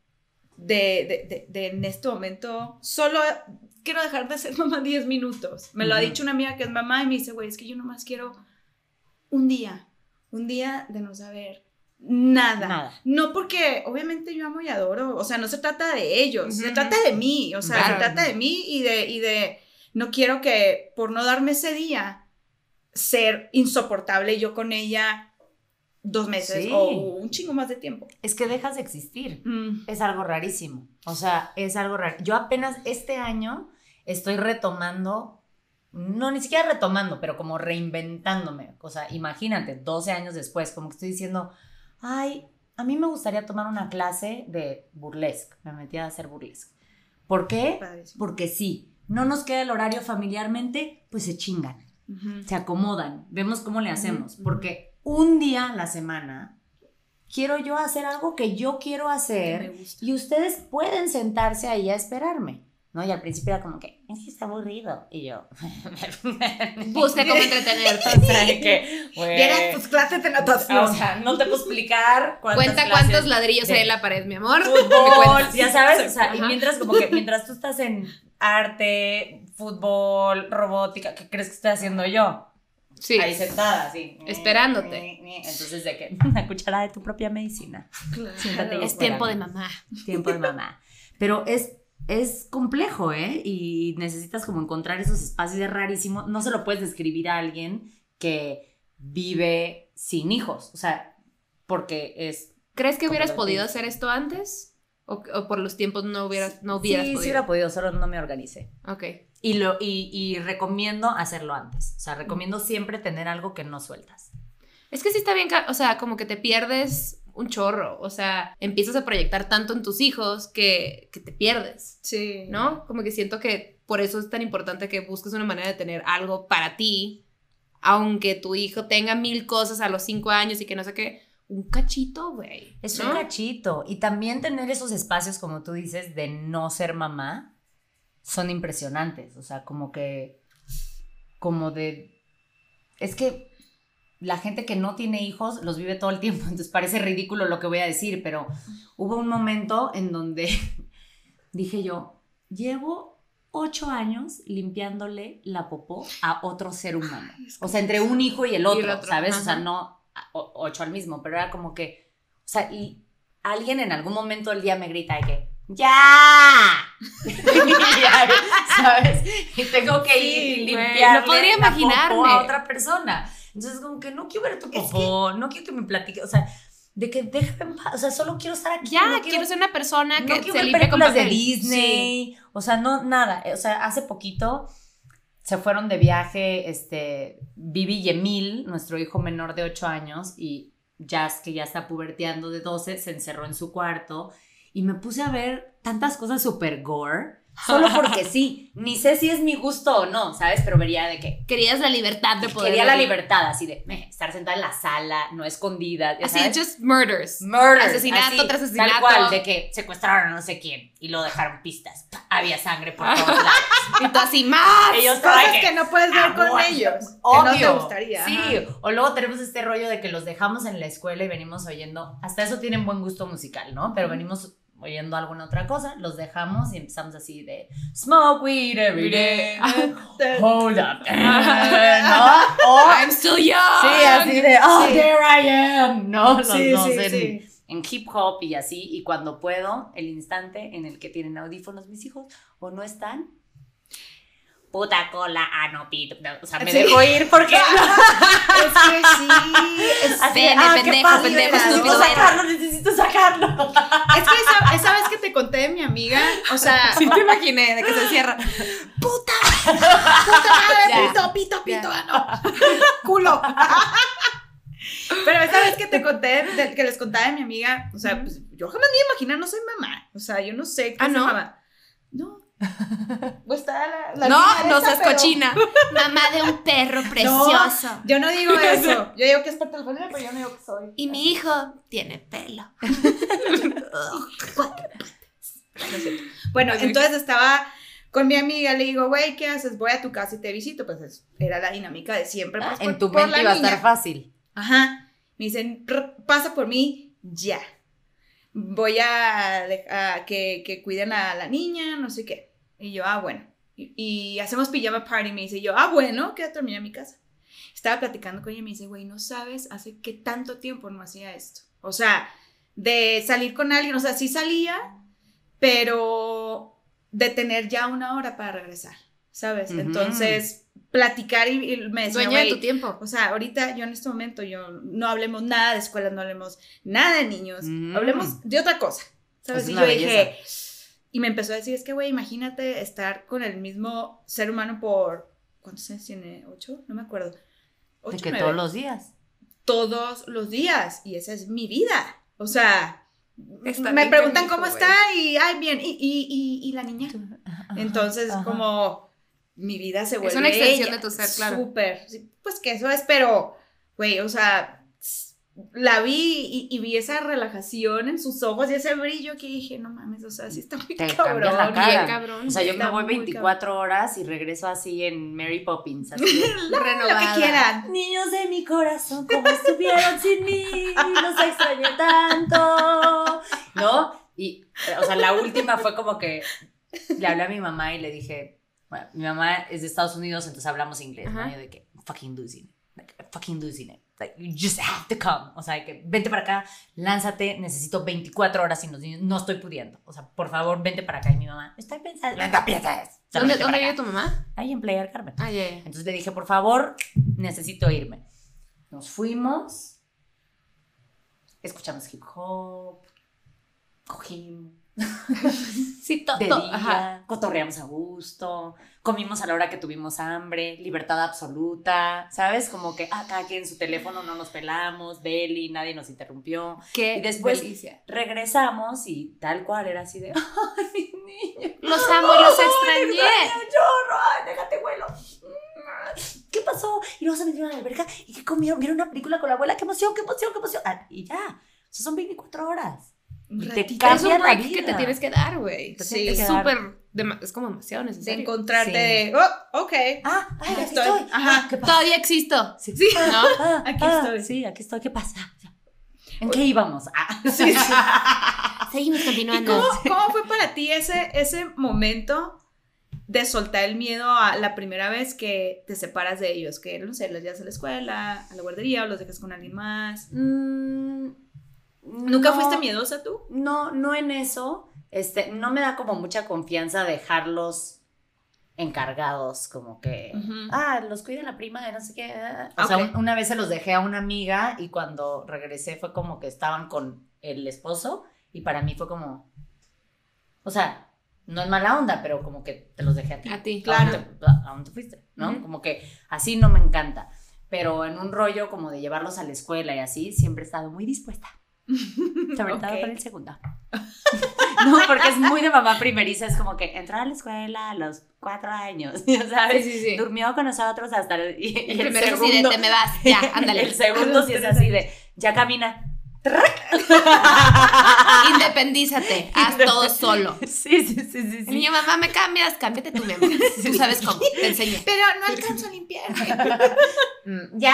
de en este momento, solo quiero dejar de ser mamá 10 minutos. Me lo ha dicho una amiga que es mamá y me dice, güey, es que yo nomás quiero un día de no saber nada. No porque obviamente yo amo y adoro, o sea, no se trata de ellos, se trata de mí, o sea, se trata de mí y de no quiero que por no darme ese día ser insoportable yo con ella 2 meses o un chingo más de tiempo.
Es que dejas de existir. Es algo rarísimo. O sea, es algo raro. Yo apenas este año estoy retomando, no, ni siquiera retomando, pero como reinventándome. O sea, imagínate, 12 años después, como que estoy diciendo, ay, a mí me gustaría tomar una clase de burlesque. Me metí a hacer burlesque. ¿Por qué? Padrísimo. Porque sí, no nos queda el horario familiarmente, pues se chingan. Se acomodan. Vemos cómo le hacemos. Porque un día a la semana quiero yo hacer algo que yo quiero hacer y ustedes pueden sentarse ahí a esperarme, ¿no? Y al principio era como que, es que está aburrido. Y yo,
busca cómo entretenerte.
O sea, que,
¿quieres tus clases de natación?
O sea, no te puedo explicar
cuántos ladrillos hay en la pared, mi amor.
Fútbol, ya sabes, o sea, y mientras tú estás en arte, fútbol, robótica, ¿qué crees que estoy haciendo yo?
Sí.
Ahí sentada, así.
Esperándote.
Entonces, ¿de qué? Una cucharada de tu propia medicina.
Claro.
Siéntate, es tiempo de mamá.
Tiempo de mamá. Pero es complejo, ¿eh? Y necesitas como encontrar esos espacios, es rarísimo. No se lo puedes describir a alguien que vive sin hijos. O sea, porque es...
¿Crees que hubieras podido hacer esto antes? ¿O por los tiempos no hubieras podido?
Sí hubiera podido, solo no me organicé.
Ok.
Y recomiendo hacerlo antes. O sea, recomiendo siempre tener algo que no sueltas.
Es que sí está bien, o sea, como que te pierdes un chorro. O sea, empiezas a proyectar tanto en tus hijos que te pierdes.
Sí.
¿No? Como que siento que por eso es tan importante que busques una manera de tener algo para ti, aunque tu hijo tenga 1000 cosas a los 5 años y que no sé qué. Un cachito, güey.
Es un cachito. Y también tener esos espacios, como tú dices, de no ser mamá, son impresionantes. O sea, es que la gente que no tiene hijos los vive todo el tiempo. Entonces parece ridículo lo que voy a decir, pero hubo un momento en donde dije yo, llevo 8 años limpiándole la popó a otro ser humano. O sea, entre un hijo y el otro, ¿sabes? Ajá. O sea, no 8 al mismo, pero era como que, o sea, y alguien en algún momento del día me grita de que, ¡ya! ¿Sabes? Y tengo que ir y limpiarle
no podría imaginarme
popó a otra persona. Entonces, como que no quiero ver tu popó, no quiero que me platique, o sea, de que déjame en paz, o sea, solo quiero estar aquí.
Ya, quiero ser una persona que
no se limpie con de Disney, o sea, no, nada. O sea, hace poquito se fueron de viaje, Vivi y Emil, nuestro hijo menor de 8 años, y Jazz, que ya está puberteando de 12, se encerró en su cuarto, y me puse a ver tantas cosas super gore, solo porque sí, ni sé si es mi gusto o no, ¿sabes? Pero vería de que...
Querías la libertad de poder...
Quería la libertad, así de estar sentada en la sala, no escondida,
así,
¿sabes?
Just murders.
Asesinato
tras asesinato.
Tal cual, de que secuestraron a no sé quién y lo dejaron pistas. Había sangre por todos lados.
Y tú así, más.
Ellos cosas que no puedes ver con ellos.
Obvio.
Que no te gustaría.
Sí, o luego tenemos este rollo de que los dejamos en la escuela y venimos oyendo, hasta eso tienen buen gusto musical, ¿no? Pero venimos oyendo alguna otra cosa, los dejamos y empezamos así de smoke weed every day, hold up, ¿no?
I'm still young.
Sí, así de, there I am, ¿no? Los
sí,
dos
sí,
en hip hop y así, y cuando puedo, el instante en el que tienen audífonos mis hijos o no están, puta cola, no, pito, no, o sea, me dejo ir porque
es que sí,
pendejo,
necesito sacarlo.
Es que esa vez que te conté de mi amiga, o sea,
sí te imaginé de que se cierra.
Puta madre, pito, no, culo. Pero esa vez que te conté, que les contaba de mi amiga, o sea, pues yo jamás me iba a imaginar, no soy mamá, o sea, yo no sé qué es mamá. No. Pues está
No seas cochina. Mamá de un perro precioso.
No, yo no digo eso. Yo digo que es parte de la familia, pero yo no digo que soy.
Y mi hijo tiene pelo.
Bueno, entonces estaba con mi amiga, le digo, güey, ¿qué haces? Voy a tu casa y te visito. Pues era la dinámica de siempre. Pues,
En tu
por
mente
la
iba a
niña.
estar fácil.
Ajá. Me dicen, pasa por mí ya. Voy a que cuiden a la niña, no sé qué. Y yo, bueno. Y hacemos pijama party. Me dice yo, bueno, quédate a dormir a mi casa. Estaba platicando con ella y me dice, güey, no sabes hace qué tanto tiempo no hacía esto. O sea, de salir con alguien, o sea, sí salía, pero de tener ya una hora para regresar, ¿sabes? Entonces, platicar y me decía,
dueña de
güey,
tu tiempo.
o sea, ahorita yo en este momento, no hablemos nada de escuela, no hablemos nada de niños, hablemos de otra cosa, ¿sabes?
Es
Y
una
yo dije,
belleza.
y me empezó a decir, es que, güey, imagínate estar con el mismo ser humano por, ¿cuántos años tiene? ¿8? No me acuerdo.
De
8,
que
9.
todos los días.
Todos los días, y esa es mi vida, o sea,
Está
me
bien
preguntan
canijo,
cómo
güey.
está y, ay, bien, y la niña. Entonces, como mi vida se vuelve
una extensión
ella,
de tu ser, claro.
Súper, sí, pues que eso es, pero, güey, o sea, la vi y vi esa relajación en sus ojos y ese brillo que dije, no mames, o sea, sí está muy
Te
cabrón.
cambia la cara.
Bien cabrón.
O sea, yo
Está
me voy
muy
24 horas y regreso así en Mary Poppins. Así de,
Lo
renovada.
que quieran.
niños de mi corazón, como estuvieron sin mí, los extrañé tanto, ¿no? Y, o sea, la última fue como que le hablé a mi mamá y le dije, bueno, mi mamá es de Estados Unidos, entonces hablamos inglés, ¿no?
Ajá.
Y yo de que, fucking losing it, like, fucking losing it, like, you just have to come, o sea, de que vente para acá, lánzate, necesito 24 horas sin los niños, no estoy pudiendo, o sea, por favor, vente para acá. Y mi mamá, estoy pensando, no piensas.
¿Dónde vive tu mamá?
Ahí en Playa del Carmen.
Ah, ya.
Entonces le dije, por favor, necesito irme. Nos fuimos, escuchamos hip hop, cogimos
Sí,
de
todo.
día,
Ajá.
cotorreamos a gusto, comimos a la hora que tuvimos hambre, libertad absoluta, ¿sabes? Como que cada quien en su teléfono, no nos pelamos, Beli, nadie nos interrumpió.
Qué
Y después
delicia.
regresamos y tal cual era así de, ¡ay, mi niño!
Los amo y los
¡Ay,
extrañé.
extraño un chorro! ¡Ay, déjate, vuelo! ¿Qué pasó? Y luego se metieron a la alberca y ¿qué comieron? ¿Vieron una película con la abuela? ¡Qué emoción, qué emoción, qué emoción! Y ya, o sea, son 24 horas.
Un
Y te
ratito.
Es
cambia
un
la
break
vida.
que te tienes que dar, güey.
Te
Sí,
tienes que
Es
dar.
súper, es como demasiado
De
necesario.
encontrarte
Sí.
de, ok.
Ay, aquí
estoy.
estoy.
Ajá.
¿Qué pasa?
Todavía existo.
Sí,
¿No?
Aquí estoy.
Sí, aquí estoy. ¿Qué pasa? ¿En qué íbamos?
Sí, sí.
Seguimos
¿Y
continuando.
cómo fue para ti ese momento de soltar el miedo a la primera vez que te separas de ellos? Que, no sé, los llevas a la escuela, a la guardería o los dejas con alguien más. ¿Nunca fuiste miedosa tú?
No, no en eso. No me da como mucha confianza dejarlos encargados, como que,
Ujú.
los cuida la prima de no sé qué. O sea,
Ok.
una vez se los dejé a una amiga y cuando regresé fue como que estaban con el esposo y para mí fue como, o sea, no es mala onda, pero como que te los dejé a ti.
A ti.
Claro.
¿A dónde fuiste? ¿No?
Ujú.
Como que así no me encanta. Pero en un rollo como de llevarlos a la escuela y así, siempre he estado muy dispuesta. Sobre todo
Ok.
para el segundo. No, porque es muy de mamá primeriza, es como que entró a la escuela a los 4 años, ya ¿sabes?
Sí, sí, sí.
Durmió con nosotros hasta y
El primer accidente, me vas. Ya, ándale.
El segundo sí es así de, ya camina.
Independízate. Haz todo solo.
Sí, sí, sí, sí.
El
sí.
niño, mamá, me cambias, cámbiate tú, mi amor. Tú sabes cómo, te enseño.
Pero no alcanzo a limpiar.
¡Ya!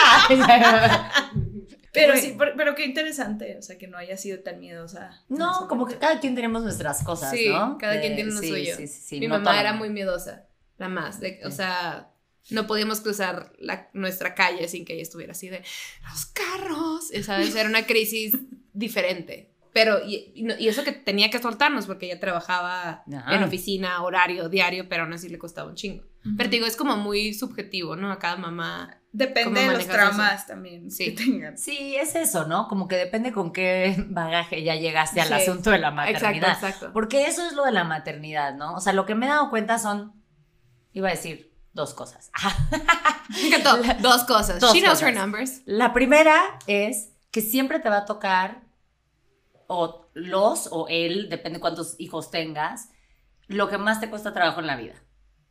Pero sí, pero qué interesante, o sea, que no haya sido tan miedosa.
No, como que cada quien tenemos nuestras cosas,
Sí,
¿no?
cada quien tiene lo
sí,
suyo.
Sí, sí, sí,
Mi
no
mamá
todo.
era muy miedosa, la más. O sea, no podíamos cruzar nuestra calle sin que ella estuviera así de los carros. ¿Sabes? Era una crisis diferente. Pero, y eso que tenía que soltarnos porque ella trabajaba
Ajá.
en oficina, horario, diario, pero aún así le costaba un chingo. Pero te digo, es como muy subjetivo, ¿no? A cada mamá.
Depende
¿Cómo
de los
manejas
traumas también
Sí.
que tengan.
Sí, es eso, ¿no? Como que depende con qué bagaje ya llegaste al
Sí.
asunto de la maternidad.
Exacto.
Porque eso es lo de la maternidad, ¿no? O sea, lo que me he dado cuenta son, iba a decir 2 cosas.
Me encantó. Dos cosas.
Dos
She knows her
cosas.
numbers.
La primera es que siempre te va a tocar, o los o él, depende cuántos hijos tengas, lo que más te cuesta trabajo en la vida.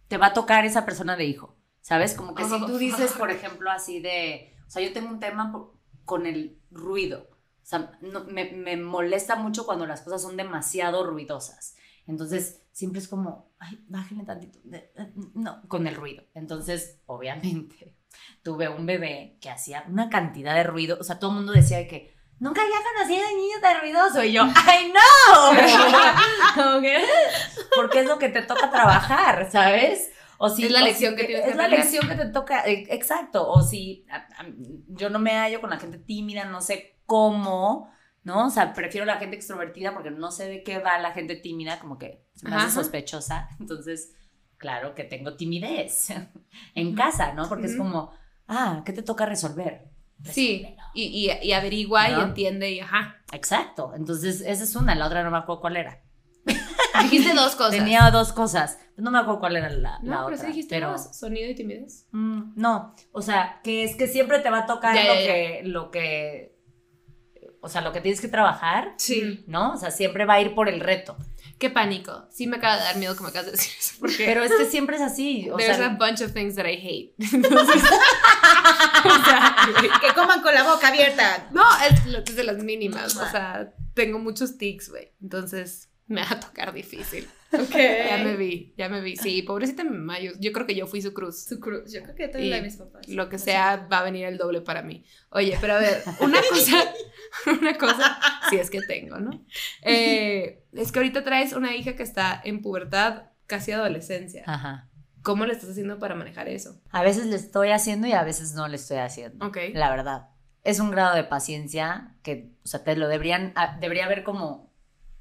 te va a tocar esa persona de hijo, ¿sabes? Como que si tú dices, por ejemplo, así de, o sea, yo tengo un tema con el ruido, o sea, me molesta mucho cuando las cosas son demasiado ruidosas, entonces siempre es como, ay, bájenle tantito, no, con el ruido, entonces, obviamente, tuve un bebé que hacía una cantidad de ruido, o sea, todo el mundo decía de que, nunca había conocido a un niño tan ruidoso. Y yo, ¡ay, no! Como que, porque es lo que te toca trabajar, ¿sabes? O si,
es la lección que tienes que
aprender. Es la lección que te toca, exacto. O si yo no me hallo con la gente tímida, no sé cómo, ¿no? O sea, prefiero la gente extrovertida porque no sé de qué va la gente tímida, como que se me hace sospechosa. Entonces, claro que tengo timidez en casa, ¿no? Porque es como, ¿qué te toca resolver?
Sí, y averigua, ¿no? Y entiende y
Exacto, entonces esa es una, la otra no me acuerdo cuál era.
Dijiste 2 cosas.
Tenía 2 cosas, no me acuerdo cuál era la
no,
otra.
Pero sí dijiste más, sonido y timidez.
No, o sea, que es que siempre te va a tocar lo que, o sea, lo que tienes que trabajar,
sí,
¿no? O sea, siempre va a ir por el reto.
Qué pánico. Sí me acaba de dar miedo que me acabas de decir eso. Porque
pero es que siempre es así.
There's a bunch of things that I hate. Entonces,
o sea, que coman con la boca abierta.
No, es de las mínimas. O sea, tengo muchos tics, güey. Entonces, me va a tocar difícil.
Okay.
Ya me vi. Sí, pobrecita mi mamá. Yo creo que yo fui su cruz.
Yo creo que también la de mis papás.
Lo que sea, va a venir el doble para mí. Oye, pero a ver, una cosa, sí es que tengo, ¿no? Es que ahorita traes una hija que está en pubertad, casi adolescencia.
Ajá.
¿Cómo le estás haciendo para manejar eso?
A veces le estoy haciendo y a veces no le estoy haciendo.
Ok.
La verdad. Es un grado de paciencia que, o sea, debería haber como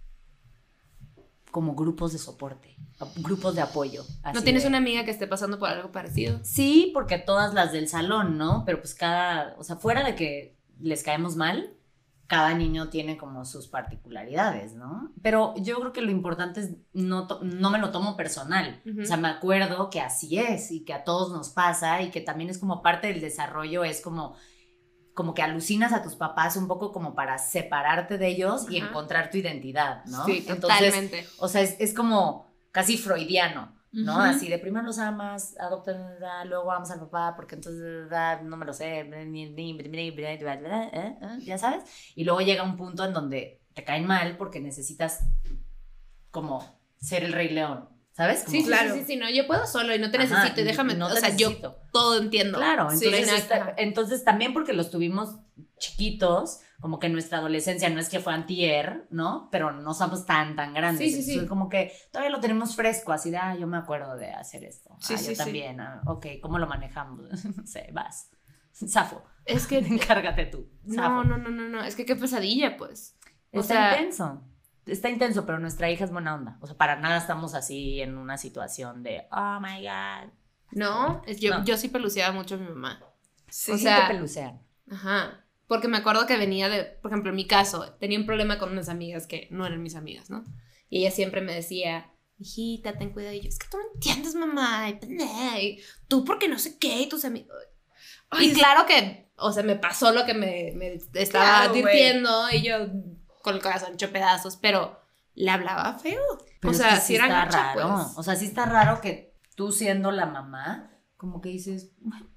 grupos de soporte, grupos de apoyo.
¿No tienes una amiga que esté pasando por algo parecido?
Sí, porque todas las del salón, ¿no? Pero pues o sea, fuera de que les caemos mal, cada niño tiene como sus particularidades, ¿no? Pero yo creo que lo importante es no me lo tomo personal. O sea, me acuerdo que así es y que a todos nos pasa y que también es como parte del desarrollo, es como que alucinas a tus papás un poco como para separarte de ellos y encontrar tu identidad, ¿no?
Sí, totalmente.
Entonces, o sea, es como casi freudiano, ¿no? Así de primero los amas, adoptan, luego amas al papá, porque entonces no me lo sé, ya sabes, y luego llega un punto en donde te caen mal porque necesitas como ser el Rey León, ¿sabes? Como,
sí, claro. Sí, no, yo puedo solo y no te necesito y déjame,
no
o sea,
necesito.
Yo todo entiendo.
Claro, entonces,
sí,
entonces también porque los tuvimos chiquitos, como que nuestra adolescencia no es que fue antier, ¿no? Pero no somos tan grandes.
Sí.
Entonces, como que todavía lo tenemos fresco, así de, yo me acuerdo de hacer esto. Yo también, ok, ¿cómo lo manejamos? No sé, vas. Zafo.
Es que
encárgate tú. Zafo.
No, es que qué pesadilla, pues.
Está intenso, pero nuestra hija es buena onda. O sea, para nada estamos así en una situación de, oh my God.
No, yo sí peluceaba mucho a mi mamá.
Sí, o sea, te pelucean.
Ajá. Porque me acuerdo que venía por ejemplo, en mi caso, tenía un problema con unas amigas que no eran mis amigas, ¿no? Y ella siempre me decía, hijita, ten cuidado. Y yo, es que tú no entiendes, mamá. Y tú porque no sé qué, y tus amigos. Y claro que, o sea, me pasó lo que me estaba advirtiendo, y yo con el corazón hecho pedazos, pero le hablaba feo.
Pero
o sea,
es que sí
era
está
gacha,
raro.
pues.
O sea, sí está raro que tú siendo la mamá, como que dices,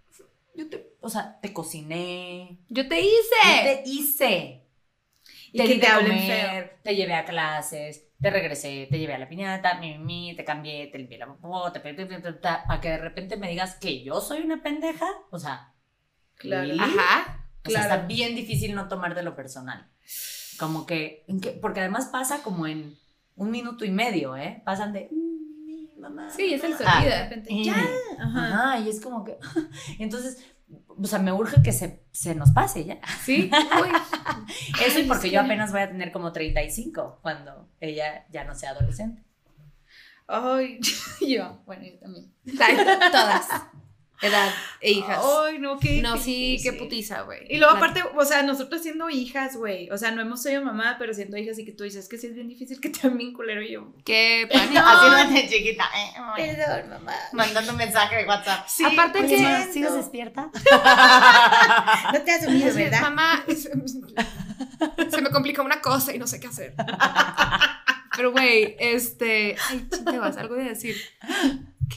te cociné.
Yo te hice.
Y te di de comer, te llevé a clases, te regresé, te llevé a la piñata, te cambié, te limpié la popó, para que de repente me digas que yo soy una pendeja. O sea,
claro.
¿really?
Ajá.
O sea, está bien difícil no tomar de lo personal. Como que, porque además pasa como en 1 minuto y medio, ¿eh? Pasan de, mamá.
Sí, es el sonido de repente.
Ya.
Ajá, y es como que, entonces, o sea, me urge que se nos pase ya.
Sí.
Eso y porque yo apenas voy a tener como 35 cuando ella ya no sea adolescente.
Ay, yo también.
Todas. Edad e hijas.
Ay, no, qué.
No, sí, qué putiza, güey.
Y luego, aparte, o sea, nosotros siendo hijas, güey. O sea, no hemos sido mamá, pero siendo hijas, y que tú dices que sí es bien difícil que también culero yo.
Qué pánico.
Haciéndote chiquita.
Perdón, mamá.
Mandando un mensaje de WhatsApp.
Sí, aparte que.
¿Sigues despierta?
No te has dormido, ¿verdad?
Mamá, se me complica una cosa y no sé qué hacer. Pero, güey, ay, te vas, algo de decir.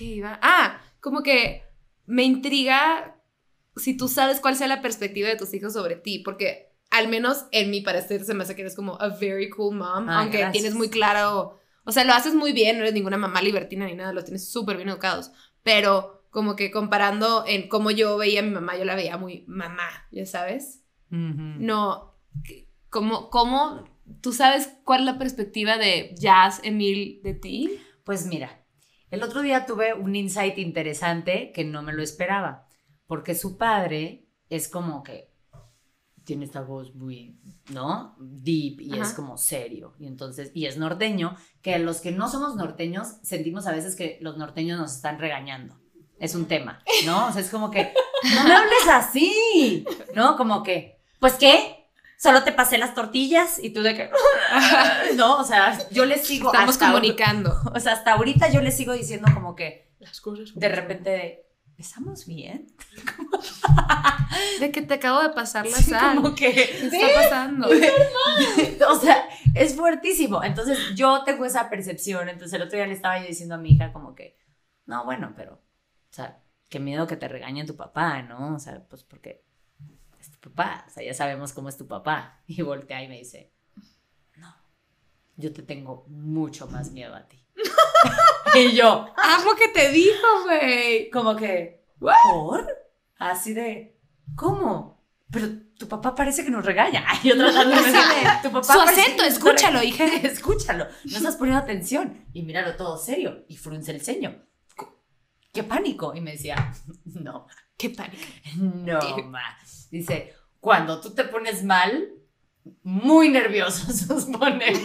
¿qué iba? Ah, como que me intriga si tú sabes cuál sea la perspectiva de tus hijos sobre ti, porque al menos en mi parecer se me hace que eres como a very cool mom, aunque
gracias.
tienes muy claro, o sea, lo haces muy bien, no eres ninguna mamá libertina ni nada, los tienes súper bien educados, pero como que comparando en cómo yo veía a mi mamá, yo la veía muy mamá, ¿ya sabes? No, ¿cómo tú sabes cuál es la perspectiva de Jazz, Emil, de ti?
Pues mira, el otro día tuve un insight interesante que no me lo esperaba, porque su padre es como que tiene esta voz muy, ¿no? Deep y es como serio. Y entonces, y es norteño, que los que no somos norteños sentimos a veces que los norteños nos están regañando. Es un tema, ¿no? O sea, es como que, no me hables así, ¿no? Como que, ¿pues qué? Solo te pasé las tortillas y tú de que, no, o sea, yo les sigo.
Estamos comunicando.
O sea, hasta ahorita yo les sigo diciendo como que,
Las cosas
de repente, ¿estamos bien?
De que te acabo de pasar la
Sí,
sal.
como que,
¿Qué está pasando?
o sea, es fuertísimo. Entonces, yo tengo esa percepción. Entonces, el otro día le estaba yo diciendo a mi hija como que, no, bueno, pero, o sea, qué miedo que te regañe tu papá, ¿no? O sea, pues porque es tu papá. O sea, ya sabemos cómo es tu papá. Y voltea y me dice, no, yo te tengo mucho más miedo a ti. Y yo,
Amo que te dijo, güey.
como que, ¿por? Así de, ¿cómo? Pero tu papá parece que nos regaña. Y otra vez tu papá
Su
parece
acento,
que nos
escúchalo,
regaña.
hija.
Escúchalo, no estás poniendo atención. Y míralo todo serio. Y frunce el ceño. ¡Qué pánico! Y me decía, no,
Qué pánico.
no, ma. Dice, cuando tú te pones mal, muy nerviosos nos ponemos.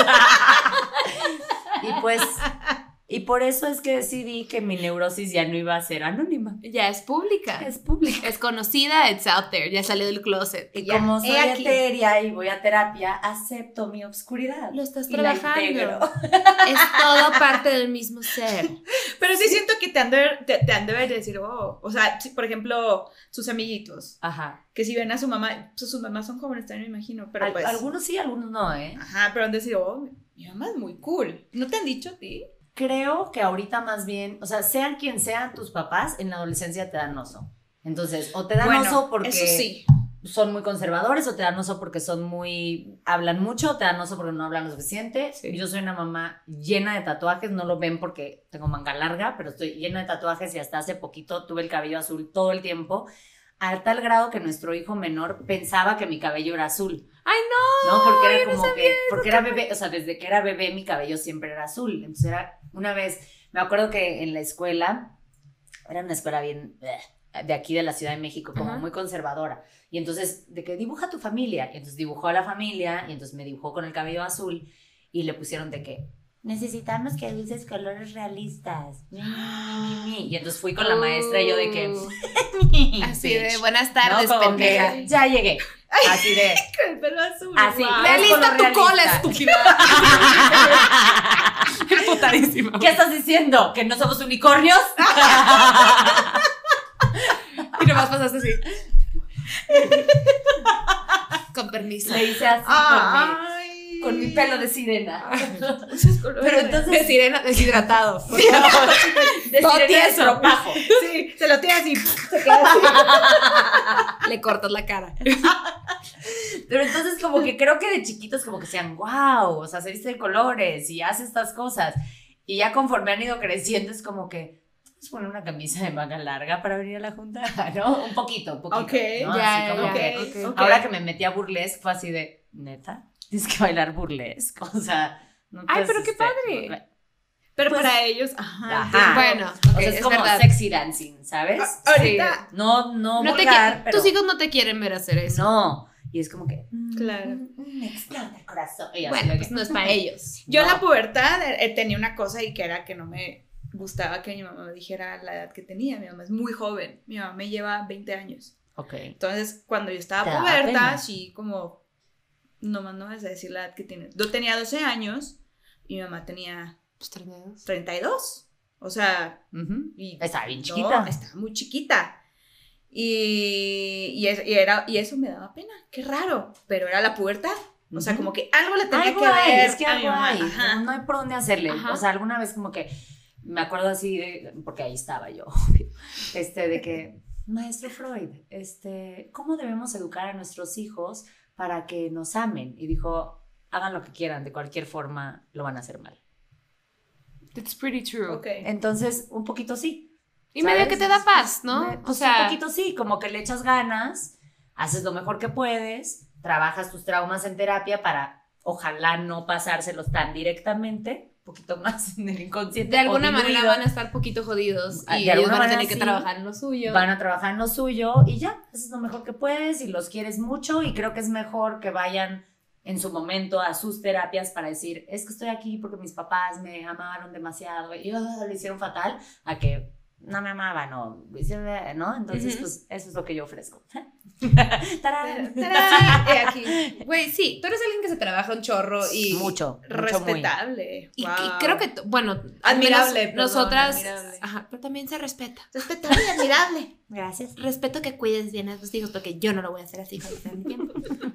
Y pues, y por eso es que decidí que mi neurosis ya no iba a ser anónima.
Ya es pública.
Es pública.
Es conocida, it's out there. Ya salió del closet.
Y
Ya,
como soy
aquí.
etérea y voy a terapia, acepto mi obscuridad.
Lo estás
y la
trabajando.
integro.
Es todo parte del mismo ser.
Pero sí siento que te han de ver de decir, oh, o sea, si, por ejemplo, sus amiguitos,
Ajá.
que si ven a su mamá, pues sus mamás son jóvenes también, me imagino, pero pues,
Algunos sí, algunos no, ¿eh?
ajá, pero han de decir, oh, mi mamá es muy cool. ¿No te han dicho a ti?
Creo que ahorita más bien, o sea, sean quien sean tus papás, en la adolescencia te dan oso. Entonces, o te dan oso porque
eso sí.
son muy conservadores, o te dan oso porque hablan mucho, o te dan oso porque no hablan lo suficiente.
Sí.
Yo soy una mamá llena de tatuajes, no lo ven porque tengo manga larga, pero estoy llena de tatuajes y hasta hace poquito tuve el cabello azul todo el tiempo, al tal grado que nuestro hijo menor pensaba que mi cabello era azul.
¡Ay,
¿No? Porque era
yo no
como
sabía
que, porque era bebé, o sea, desde que era bebé mi cabello siempre era azul. Entonces era, una vez, me acuerdo que en la escuela, era una escuela bien, de aquí de la Ciudad de México, como
Ajá.
muy conservadora. Y entonces, de que dibuja a tu familia. Y entonces dibujó a la familia, y entonces me dibujó con el cabello azul, y le pusieron de que, necesitamos que uses colores realistas. Y entonces fui con la maestra y yo de que,
Así de
bitch.
buenas tardes,
No, como que,
pendeja.
ya llegué. Así de,
Con el pelo azul.
Así,
guau.
Realista tu
realista.
cola, estúpida. Putadísima.
¿qué estás diciendo? ¿Que no somos unicornios?
Y nomás pasaste así. Con permiso.
Le hice así
Ay.
con mi pelo de sirena.
Esos colores.
Pero
De
entonces,
sirena deshidratado.
de
todo
sirena de
tieso.
estropajo.
Sí, se lo tiras y se queda así.
Le cortas la cara.
Pero entonces como que creo que de chiquitos como que sean wow, o sea, se viste de colores y hace estas cosas. Y ya conforme han ido creciendo es como que ¿puedes poner una camisa de manga larga para venir a la junta? ¿No? Un poquito, ¿no?
Ya,
Así como
ya,
que,
ok.
ahora que me metí a burlesque fue así de, ¿neta? Tienes que bailar burlesque, o sea, no
Ay,
puedes,
pero qué padre.
Pero
Pues,
para ellos, ajá.
ajá.
Bueno,
O sea, es como
verdad.
sexy dancing, ¿sabes?
Ahorita,
No
No te
vulgar, pero
tus hijos no te quieren ver hacer eso.
no. Y es como que
Claro.
me explota el corazón. Y así
Bueno,
de
pues
que,
no es para ellos.
yo en
no.
la pubertad tenía una cosa y que era que no me gustaba que mi mamá me dijera la edad que tenía. Mi mamá es muy joven. Mi mamá me lleva 20 años.
Ok.
Entonces, cuando yo
Te
estaba
daba
puberta,
pena.
sí, como, nomás no vas a decir la edad que tienes. Yo tenía 12 años y mi mamá tenía
Pues 32.
32. O sea,
Ujú.
y
Estaba bien
no,
chiquita.
estaba muy chiquita. Y eso me daba pena. Qué raro. Pero era la pubertad. O sea,
Ujú.
como que algo le tenía
Algo
que
hay,
ver
es que
a mi
algo
mamá.
hay.
Ajá.
No hay por dónde hacerle.
Ajá.
O sea, alguna vez como que me acuerdo así, porque ahí estaba yo, de que, maestro Freud, ¿cómo debemos educar a nuestros hijos para que nos amen? Y dijo, hagan lo que quieran, de cualquier forma lo van a hacer mal.
It's pretty true.
Okay.
Entonces, un poquito sí.
Y medio que te da paz, ¿no?
Pues un poquito sí, como que le echas ganas, haces lo mejor que puedes, trabajas tus traumas en terapia para ojalá no pasárselos tan directamente, un poquito más en el inconsciente.
De alguna manera van a estar poquito jodidos y ellos van a tener que trabajar en lo suyo.
Van a trabajar en lo suyo y ya, haces lo mejor que puedes y los quieres mucho y creo que es mejor que vayan en su momento a sus terapias para decir, es que estoy aquí porque mis papás me amaron demasiado y lo hicieron fatal, a que no me amaban o ¿no? Entonces, pues, eso es lo que yo ofrezco. ¡Tarán!
¡Tarán! Aquí.
Güey, sí, tú eres alguien que se trabaja un chorro y...
Mucho.
Respetable.
Y,
Wow.
y creo que, bueno...
Admirable.
Nosotras...
Admirable.
Ajá, pero también se respeta.
Respetable y admirable.
Gracias.
Respeto que cuides bien a tus hijos, porque yo no lo voy a hacer así cuando sea mi tiempo.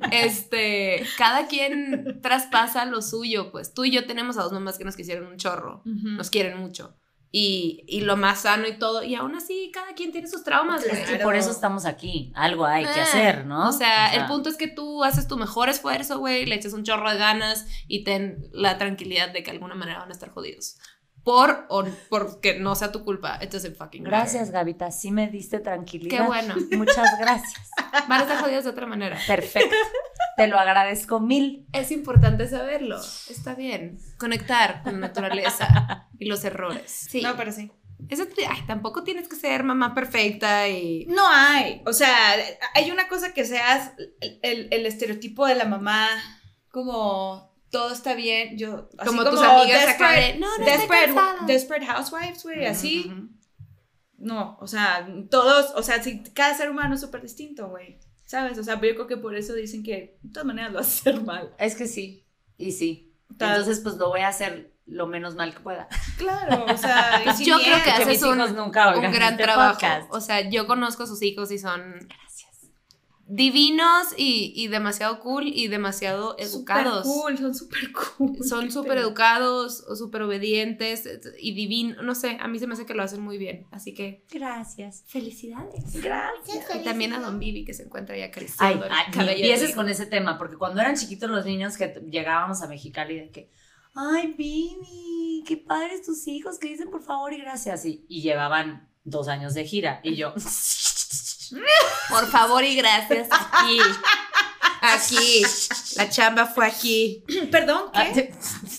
Cada quien traspasa lo suyo, pues. Tú y yo tenemos a dos mamás que nos quisieron un chorro. Nos quieren mucho. Y lo más sano y todo, y aún así cada quien tiene sus traumas, güey.
Es que por eso estamos aquí, algo hay que hacer, ¿no?
O sea, el punto es que tú haces tu mejor esfuerzo, güey, le echas un chorro de ganas y ten la tranquilidad de que de alguna manera van a estar jodidos. Porque no sea tu culpa, it doesn't fucking matter.
Gracias, Gavita, sí me diste tranquilidad.
Qué bueno.
Muchas gracias.
Van a estar jodidos de otra manera.
Perfecto, te lo agradezco 1000.
Es importante saberlo, está bien. Conectar con la naturaleza y los errores. Sí.
No, pero sí.
Tampoco tienes que ser mamá perfecta y...
No hay. O sea, hay una cosa que seas el estereotipo de la mamá como todo está bien.
Como tus amigas acá de, no estoy cansada.
Desperate Housewives, güey, así. No, o sea, todos, o sea, si cada ser humano es súper distinto, güey. ¿Sabes? O sea, yo creo que por eso dicen que de todas maneras lo vas a hacer mal.
Es que sí, y sí. Entonces, pues lo voy a hacer lo menos mal que pueda.
Claro, o sea,
pues yo creo que haces un gran trabajo.
Podcast.
O sea, yo conozco a sus hijos y son divinos y demasiado cool y demasiado educados.
Son súper cool.
Son súper educados o súper obedientes y divinos. No sé, a mí se me hace que lo hacen muy bien. Así que...
Gracias.
Felicidades.
Gracias.
Y también a Don Vivi, que se encuentra ya creciendo.
Empieces con ese tema, porque cuando eran chiquitos los niños que llegábamos a Mexicali de que, ay, Vivi, qué padres tus hijos, que dicen por favor y gracias. Y llevaban 2 años de gira. Y yo...
Por favor y gracias, aquí, la chamba fue aquí.
Perdón, ¿qué?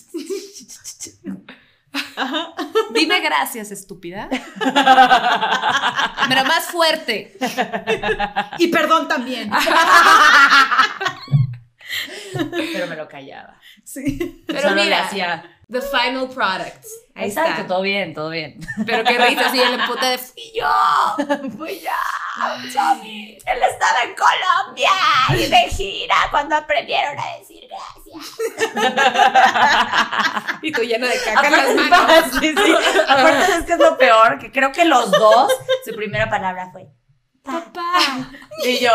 Dime gracias, estúpida. Pero más fuerte.
Y perdón también.
Pero me lo callaba.
Sí.
Pero
solo
mira,
le hacía...
The final product. Ahí
Exacto,
está.
todo bien, todo bien.
Pero qué risa, así el empute de fui yo, Chami.
Él estaba en Colombia y de gira cuando aprendieron a decir gracias.
Y tú lleno de caca en las manos.
Sí. Aparte es que es lo peor, que creo que los dos, su primera palabra fue
Papá.
y yo,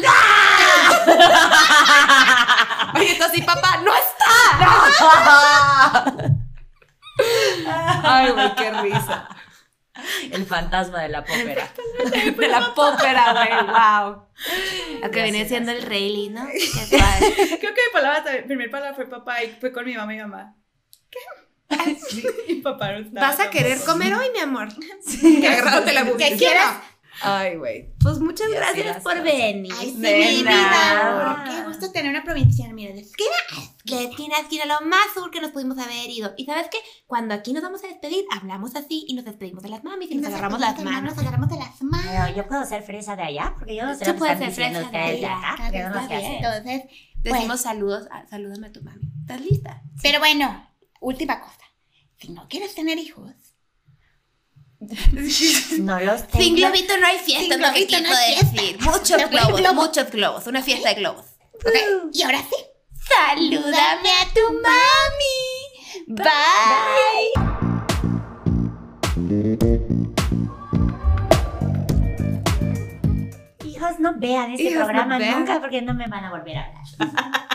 Oye, tú así, papá, no está. Ay, güey, qué risa.
el fantasma de la pópera.
De la pópera, güey, wow. Lo que viene siendo el Rayleigh, ¿no? Qué suave.
Creo que mi primer palabra fue papá y fue con mi mamá y mamá. ¿Qué? Sí, y papá no estaba.
¿Vas a querer comer hoy, mi amor? Sí. Que agarrándote la boquita.
¿Qué quieres?
Ay, güey. Pues muchas gracias por venir.
Ay, sí,
De
mi
nada.
vida. Qué gusto tener una provinciana, mira, de esquina
De esquina a esquina, lo más sur que nos pudimos haber ido. Y ¿sabes qué? Cuando aquí nos vamos a despedir, hablamos así y nos despedimos de las mamis y nos agarramos las manos.
Nos agarramos de las manos.
Pero yo puedo ser fresa de allá, porque yo no sé
Tú
lo que
puedes
están
ser
diciendo
fresa de
ustedes de
allá,
acá. Yo no sé hacer.
Entonces,
Decimos saludos, salúdame a tu mami. ¿Estás lista?
pero bueno, última cosa. Si no quieres tener hijos,
No los tengo.
Sin globito no hay fiesta,
Sin
es lo que
globito no
quiso
hay fiesta.
decir. Muchos globos, muchos globos. Una fiesta de globos.
¿ok? Y ahora sí.
Salúdame a tu mami. Bye.
Hijos, no vean este
Hijos, no
programa
vean.
nunca porque no me van a volver a hablar.